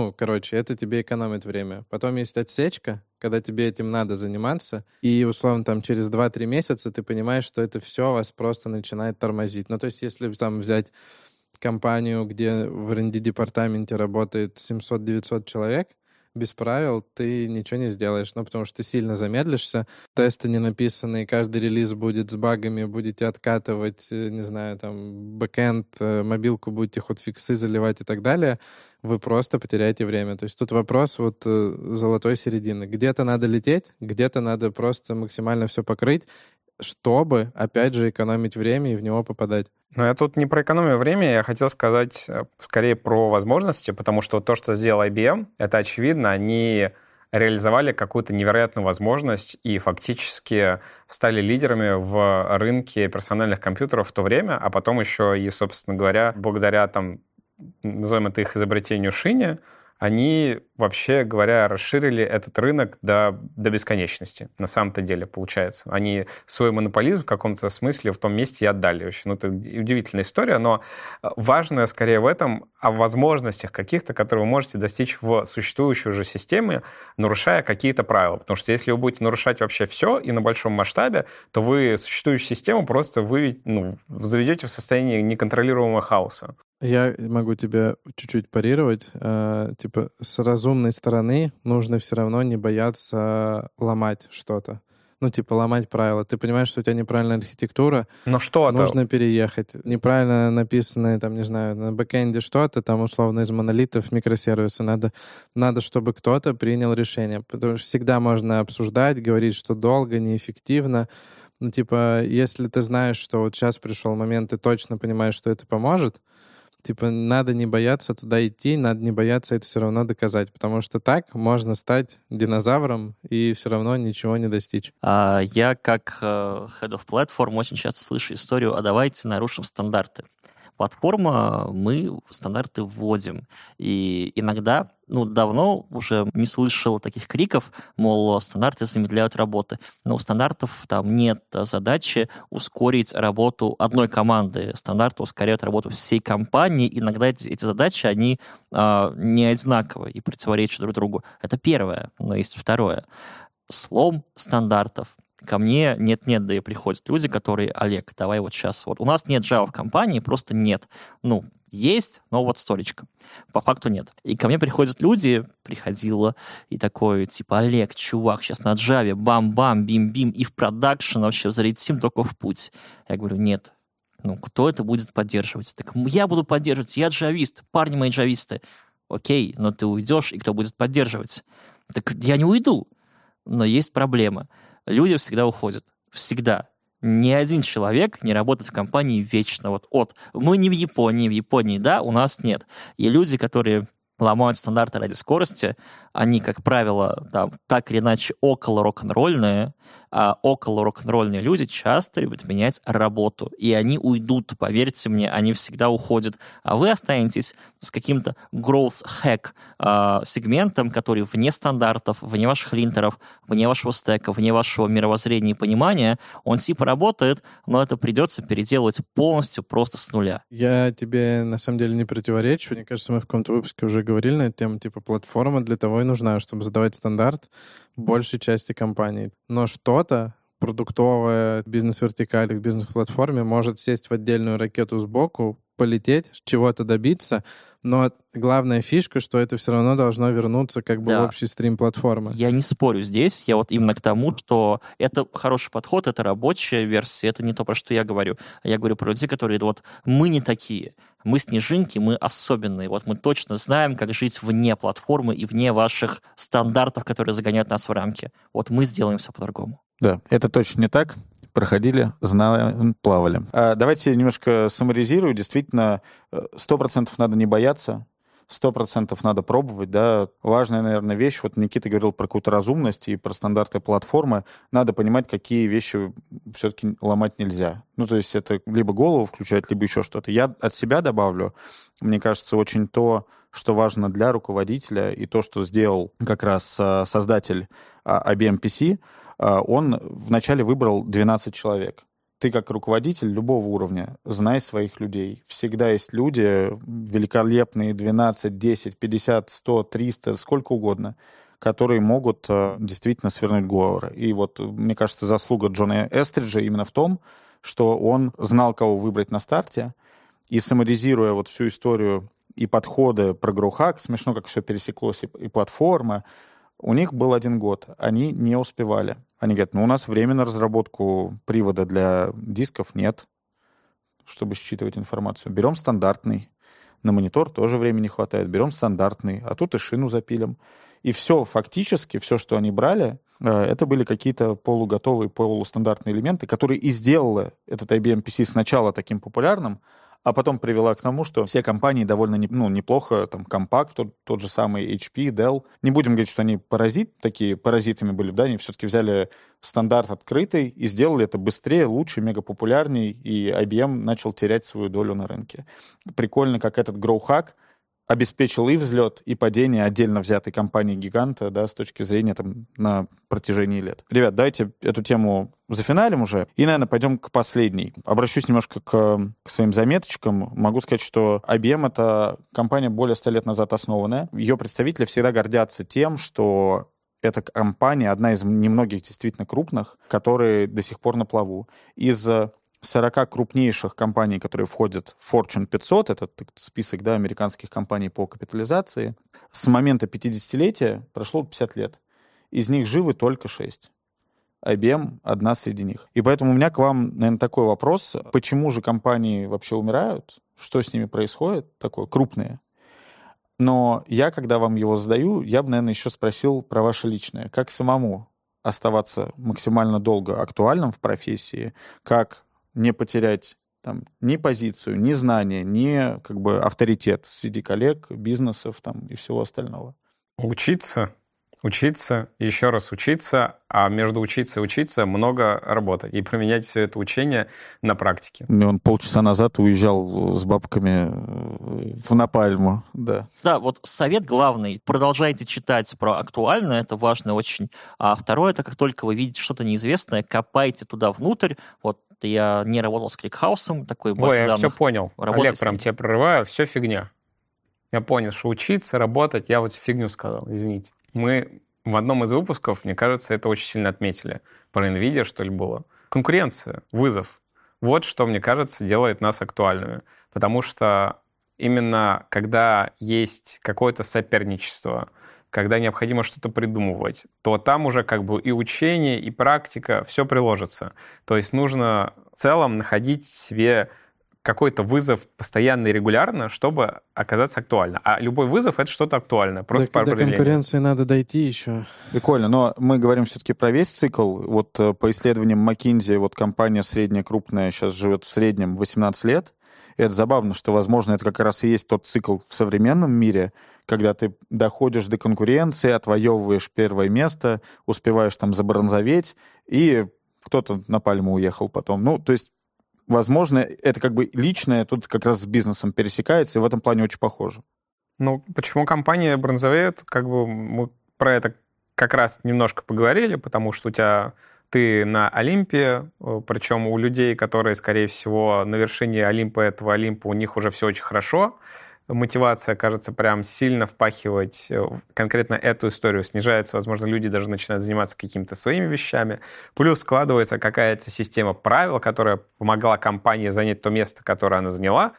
это тебе экономит время. Потом есть отсечка, когда тебе этим надо заниматься, и, условно, там, через 2-3 месяца ты понимаешь, что это все вас просто начинает тормозить. То есть, если там взять компанию, где в R&D-департаменте работает 700-900 человек, без правил ты ничего не сделаешь, потому что ты сильно замедлишься, тесты не написаны, каждый релиз будет с багами, будете откатывать, не знаю, там, бэкэнд, мобилку будете хотфиксы заливать и так далее, вы просто потеряете время. То есть тут вопрос золотой середины. Где-то надо лететь, где-то надо просто максимально все покрыть, чтобы, опять же, экономить время и в него попадать. Но я тут не про экономию времени, я хотел сказать скорее про возможности, потому что то, что сделал IBM, это очевидно, они реализовали какую-то невероятную возможность и фактически стали лидерами в рынке персональных компьютеров в то время, а потом еще и, собственно говоря, благодаря там, назовем это их изобретению Шине, они, вообще говоря, расширили этот рынок до бесконечности, на самом-то деле, получается. Они свой монополизм в каком-то смысле в том месте и отдали. Это удивительная история, но важное скорее в этом о возможностях каких-то, которые вы можете достичь в существующей уже системе, нарушая какие-то правила. Потому что если вы будете нарушать вообще все и на большом масштабе, то вы существующую систему просто заведете в состояние неконтролируемого хаоса. Я могу тебя чуть-чуть парировать. С разумной стороны нужно все равно не бояться ломать что-то. Ломать правила. Ты понимаешь, что у тебя неправильная архитектура, но что-то нужно переехать. Неправильно написанное, там, не знаю, на бэкэнде что-то, там, условно, из монолитов микросервисы. Надо, чтобы кто-то принял решение. Потому что всегда можно обсуждать, говорить, что долго, неэффективно. Если ты знаешь, что вот сейчас пришел момент, ты точно понимаешь, что это поможет, надо не бояться туда идти, надо не бояться это все равно доказать, потому что так можно стать динозавром и все равно ничего не достичь. Я как Head of Platform очень часто слышу историю, а давайте нарушим стандарты. платформа, мы стандарты вводим. И иногда, давно уже не слышал таких криков, мол, стандарты замедляют работы. Но у стандартов там нет задачи ускорить работу одной команды. Стандарты ускоряют работу всей компании. Иногда эти задачи, они не одинаковые и противоречат друг другу. Это первое. Но есть второе. Слом стандартов. Ко мне нет-нет, да и приходят люди, которые: Олег, давай вот сейчас. Вот у нас нет Java в компании, просто нет. Есть, но вот столечко. По факту нет. И ко мне приходят люди, приходило, и такое, типа: Олег, чувак, сейчас на Java, бам-бам, бим-бим, и в продакшн вообще залетим только в путь. Я говорю: нет. Кто это будет поддерживать? Так я буду поддерживать, я джавист, парни мои джависты. Окей, но ты уйдешь, и кто будет поддерживать? Так я не уйду. Но есть проблема. Люди всегда уходят. Всегда. Ни один человек не работает в компании вечно. Мы не в Японии. В Японии, да, у нас нет. И люди, которые ломают стандарты ради скорости, они, как правило, так или иначе около рок-н-ролльные, а около рок-н-ролльные люди часто любят менять работу. И они уйдут, поверьте мне, они всегда уходят. А вы останетесь с каким-то growth hack сегментом, который вне стандартов, вне ваших линтеров, вне вашего стека, вне вашего мировоззрения и понимания. Он типа работает, но это придется переделывать полностью просто с нуля. Я тебе, на самом деле, не противоречу. Мне кажется, мы в каком-то выпуске уже говорили на эту тему, платформа для того и нужна, чтобы задавать стандарт большей части компаний. Но что-то продуктовое, бизнес-вертикаль в бизнес-платформе может сесть в отдельную ракету сбоку, полететь, чего-то добиться, но главная фишка, что это все равно должно вернуться в общий стрим платформы. Я не спорю здесь, я именно к тому, что это хороший подход, это рабочая версия, это не то, про что я говорю. Я говорю про людей, которые мы не такие, мы снежинки, мы особенные, мы точно знаем, как жить вне платформы и вне ваших стандартов, которые загоняют нас в рамки. Мы сделаем все по-другому. Да, это точно не так. Проходили, знали, плавали. Давайте немножко саммаризирую. Действительно, 100% надо не бояться, 100% надо пробовать. Да. Важная, наверное, вещь. Никита говорил про какую-то разумность и про стандарты платформы. Надо понимать, какие вещи все-таки ломать нельзя. То есть это либо голову включать, либо еще что-то. Я от себя добавлю. Мне кажется, очень то, что важно для руководителя, и то, что сделал как раз создатель IBM PC, он вначале выбрал 12 человек. Ты как руководитель любого уровня, знай своих людей. Всегда есть люди великолепные, 12, 10, 50, 100, 300, сколько угодно, которые могут действительно свернуть горы. И мне кажется, заслуга Джона Эстриджа именно в том, что он знал, кого выбрать на старте, и саммаризируя всю историю и подходы про GrowHack, смешно, как все пересеклось, и платформа, у них был 1 год, они не успевали. Они говорят: у нас времени на разработку привода для дисков нет, чтобы считывать информацию. Берем стандартный. На монитор тоже времени не хватает. Берем стандартный, а тут и шину запилим. И все, фактически, все, что они брали, это были какие-то полуготовые, полустандартные элементы, которые и сделали этот IBM PC сначала таким популярным, а потом привела к тому, что все компании довольно неплохо, Compaq, тот же самый HP, Dell. Не будем говорить, что они паразитами были, да, они все-таки взяли стандарт открытый и сделали это быстрее, лучше, мегапопулярней, и IBM начал терять свою долю на рынке. Прикольно, как этот GrowHack обеспечил и взлет, и падение отдельно взятой компании-гиганта, да, с точки зрения на протяжении лет. Ребят, давайте эту тему зафиналим уже, и, наверное, пойдем к последней. Обращусь немножко к своим заметочкам. Могу сказать, что IBM — это компания более 100 лет назад основанная. Ее представители всегда гордятся тем, что эта компания одна из немногих действительно крупных, которые до сих пор на плаву. Из 40 крупнейших компаний, которые входят в Fortune 500, это список, да, американских компаний по капитализации, с момента 50-летия прошло 50 лет. Из них живы только 6. IBM одна среди них. И поэтому у меня к вам, наверное, такой вопрос. Почему же компании вообще умирают? Что с ними происходит? Такое крупное. Но я, когда вам его задаю, я бы, наверное, еще спросил про ваше личное. Как самому оставаться максимально долго актуальным в профессии? Как не потерять ни позицию, ни знания, ни авторитет среди коллег, бизнесов и всего остального? Учиться, Учиться, еще раз учиться, а между учиться и учиться много работать. И применять все это учение на практике. Он полчаса назад уезжал с бабками на Пальму, да. Да, вот совет главный. Продолжайте читать про актуальное, это важно очень. А второе, это как только вы видите что-то неизвестное, копайте туда внутрь. Вот я не работал с Кликхаусом, такой баз данных. Я все понял. Олег, прям тебя прерываю, все фигня. Я понял, что учиться, работать, я вот фигню сказал, извините. Мы в одном из выпусков, мне кажется, это очень сильно отметили. Про NVIDIA, что ли, было. Конкуренция, вызов. Вот что, мне кажется, делает нас актуальными. Потому что именно когда есть какое-то соперничество, когда необходимо что-то придумывать, то там уже как бы и учение, и практика, все приложится. То есть нужно в целом находить себе какой-то вызов постоянно и регулярно, чтобы оказаться актуально. А любой вызов — это что-то актуальное. Просто по определению. До конкуренции надо дойти еще. Прикольно, но мы говорим все-таки про весь цикл. Вот по исследованиям McKinsey, вот компания средняя, крупная, сейчас живет в среднем 18 лет. И это забавно, что, возможно, это как раз и есть тот цикл в современном мире, когда ты доходишь до конкуренции, отвоевываешь первое место, успеваешь там забронзоветь, и кто-то на Пальму уехал потом. Ну, то есть возможно, это как бы личное тут как раз с бизнесом пересекается, и в этом плане очень похоже. Ну, почему компания бронзовеет? Как бы мы про это как раз немножко поговорили, потому что ты на Олимпе, причем у людей, которые, скорее всего, на вершине Олимпа, этого Олимпа, у них уже все очень хорошо. Мотивация, кажется, прям сильно впахивать конкретно эту историю снижается. Возможно, люди даже начинают заниматься какими-то своими вещами. Плюс складывается какая-то система правил, которая помогла компании занять то место, которое она заняла.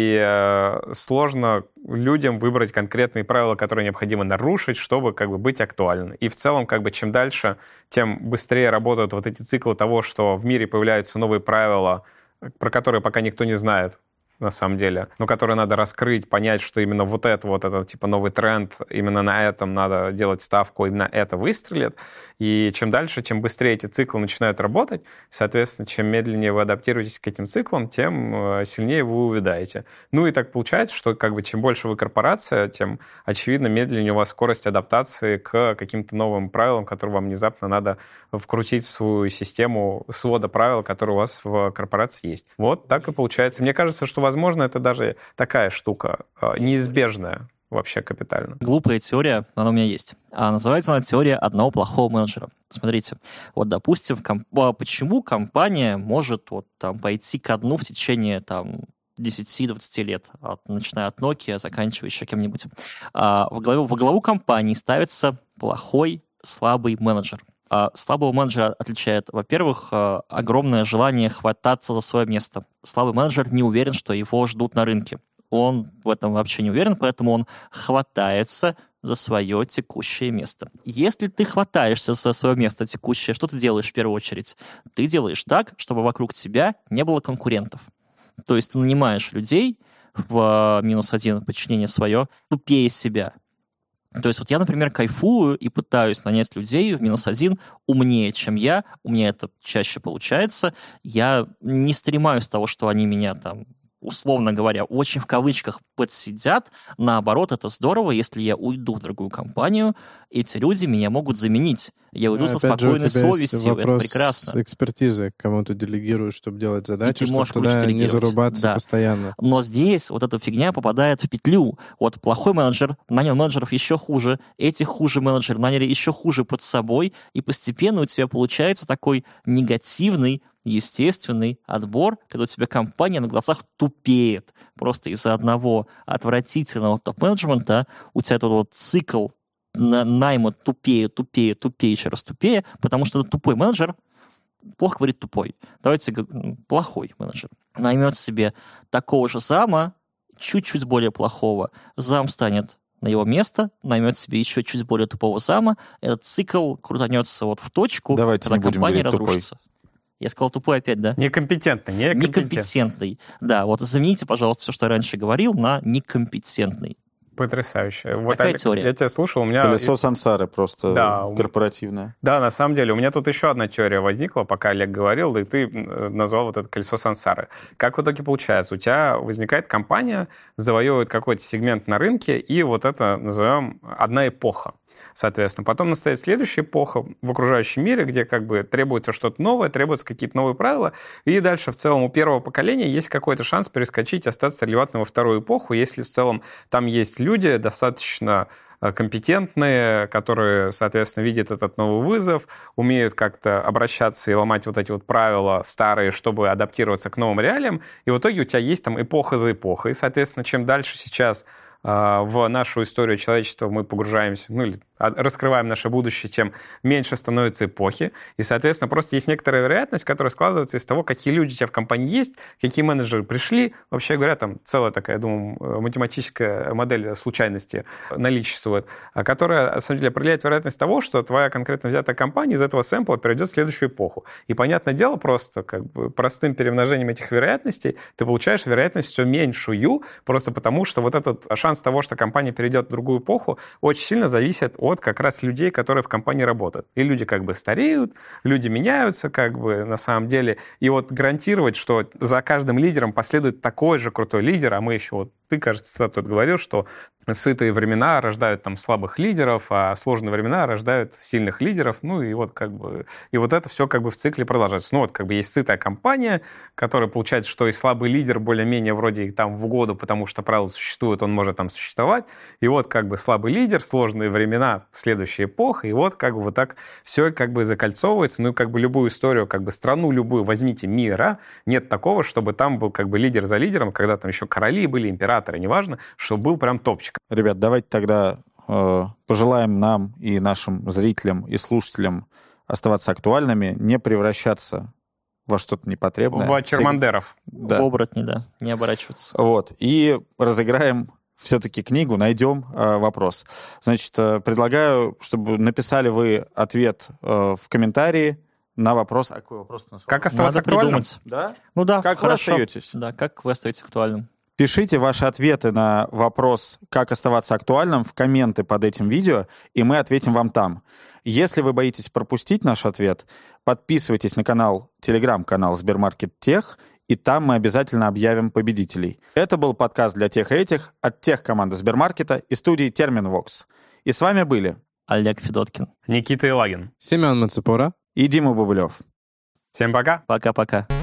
И сложно людям выбрать конкретные правила, которые необходимо нарушить, чтобы как бы быть актуальным. И в целом, как бы, чем дальше, тем быстрее работают вот эти циклы того, что в мире появляются новые правила, про которые пока никто не знает, на самом деле, но которые надо раскрыть, понять, что именно вот это типа новый тренд, именно на этом надо делать ставку, именно это выстрелит. И чем дальше, тем быстрее эти циклы начинают работать. Соответственно, чем медленнее вы адаптируетесь к этим циклам, тем сильнее вы увядаете. Ну и так получается, что как бы чем больше вы корпорация, тем, очевидно, медленнее у вас скорость адаптации к каким-то новым правилам, которые вам внезапно надо вкрутить в свою систему свода правил, которые у вас в корпорации есть. Вот так и получается. Мне кажется, что, возможно, это даже такая штука неизбежная вообще капитально. Глупая теория, она у меня есть. А называется она теория одного плохого менеджера. Смотрите, вот, допустим, почему компания может вот там пойти ко дну в течение там 10-20 лет, начиная от Nokia, заканчивая еще кем-нибудь. Во главу компании ставится плохой, слабый менеджер. Слабого менеджера отличает, во-первых, огромное желание хвататься за свое место. Слабый менеджер не уверен, что его ждут на рынке. Он в этом вообще не уверен, поэтому он хватается за свое текущее место. Если ты хватаешься за свое место текущее, что ты делаешь в первую очередь? Ты делаешь так, чтобы вокруг тебя не было конкурентов. То есть ты нанимаешь людей в -1 подчинение свое тупее себя. То есть вот я, например, кайфую и пытаюсь нанять людей в -1 умнее, чем я. У меня это чаще получается. Я не стремаюсь того, что они меня там, условно говоря, очень в кавычках подсидят. Наоборот, это здорово, если я уйду в другую компанию, эти люди меня могут заменить. Я уйду со спокойной совестью, это прекрасно. Экспертизы, кому ты делегируешь, чтобы делать задачи, чтобы туда не зарубаться постоянно. Но здесь вот эта фигня попадает в петлю. Вот плохой менеджер нанял менеджеров еще хуже, этих хуже менеджеры наняли еще хуже под собой, и постепенно у тебя получается такой негативный, естественный отбор, когда у тебя компания на глазах тупеет. Просто из-за одного отвратительного топ-менеджмента у тебя этот вот цикл найма тупее, еще раз тупее, потому что этот тупой менеджер, плохо говорит тупой, давайте плохой менеджер, наймет себе такого же зама, чуть-чуть более плохого, зам станет на его место, наймет себе еще чуть более тупого зама, этот цикл крутанется вот в точку, давайте когда компания разрушится. Тупой. Я сказал тупой опять, да? Некомпетентный. Да, вот замените, пожалуйста, все, что я раньше говорил, на некомпетентный. Потрясающе. Такая теория. Я тебя слушал, у меня... Колесо сансары просто корпоративное. Да, на самом деле. У меня тут еще одна теория возникла, пока Олег говорил, и ты назвал вот это колесо сансары. Как в итоге получается? У тебя возникает компания, завоевывает какой-то сегмент на рынке, и вот это назовем одна эпоха. соответственно. Потом настает следующая эпоха в окружающем мире, где как бы требуется что-то новое, требуются какие-то новые правила, и дальше в целом у первого поколения есть какой-то шанс перескочить, остаться релевантным во вторую эпоху, если в целом там есть люди достаточно компетентные, которые, соответственно, видят этот новый вызов, умеют как-то обращаться и ломать вот эти вот правила старые, чтобы адаптироваться к новым реалиям, и в итоге у тебя есть там эпоха за эпохой. И, соответственно, чем дальше сейчас в нашу историю человечества мы погружаемся, ну или раскрываем наше будущее, тем меньше становится эпохи. И, соответственно, просто есть некоторая вероятность, которая складывается из того, какие люди у тебя в компании есть, какие менеджеры пришли. Вообще говоря, там целая такая, я думаю, математическая модель случайности наличествует, которая, на самом деле, определяет вероятность того, что твоя конкретно взятая компания из этого сэмпла перейдет в следующую эпоху. И, понятное дело, просто как бы простым перемножением этих вероятностей ты получаешь вероятность все меньшую, просто потому что вот этот шанс того, что компания перейдет в другую эпоху, очень сильно зависит от как раз людей, которые в компании работают. И люди как бы стареют, люди меняются как бы на самом деле. И вот гарантировать, что за каждым лидером последует такой же крутой лидер, а мы еще вот, ты, кажется, тут говорил, что сытые времена рождают там слабых лидеров, а сложные времена рождают сильных лидеров. Ну и вот как бы... И вот это все как бы в цикле продолжается. Ну вот как бы есть сытая компания, которая получается, что и слабый лидер более-менее вроде там в угоду, потому что правила существуют, он может там существовать. И вот как бы слабый лидер, сложные времена, следующая эпоха, и вот как бы вот так все как бы закольцовывается. Ну и как бы любую историю, как бы страну любую возьмите мира, нет такого, чтобы там был как бы лидер за лидером, когда там еще короли были, императоры, неважно, чтобы был прям топчик. Ребят, давайте тогда пожелаем нам и нашим зрителям и слушателям оставаться актуальными, не превращаться во что-то непотребное. В чермандеров. Да. В оборотни, да, не оборачиваться. Вот. И разыграем все-таки книгу, найдем вопрос. Значит, предлагаю, чтобы написали вы ответ в комментарии на вопрос. А какой вопрос у нас? Как оставаться Надо актуальным? придумать. Да? Ну да, Как хорошо. вы остаетесь? Да, как вы остаетесь актуальным. Пишите ваши ответы на вопрос, как оставаться актуальным, в комменты под этим видео, и мы ответим вам там. Если вы боитесь пропустить наш ответ, подписывайтесь на канал, телеграм-канал Сбермаркет Тех, и там мы обязательно объявим победителей. Это был подкаст для тех и этих от техкоманды Сбермаркета и студии Терминвокс. И с вами были Олег Федоткин. Никита Илагин. Семен Мацепура. и Дима Бубылев. Всем пока. Пока-пока.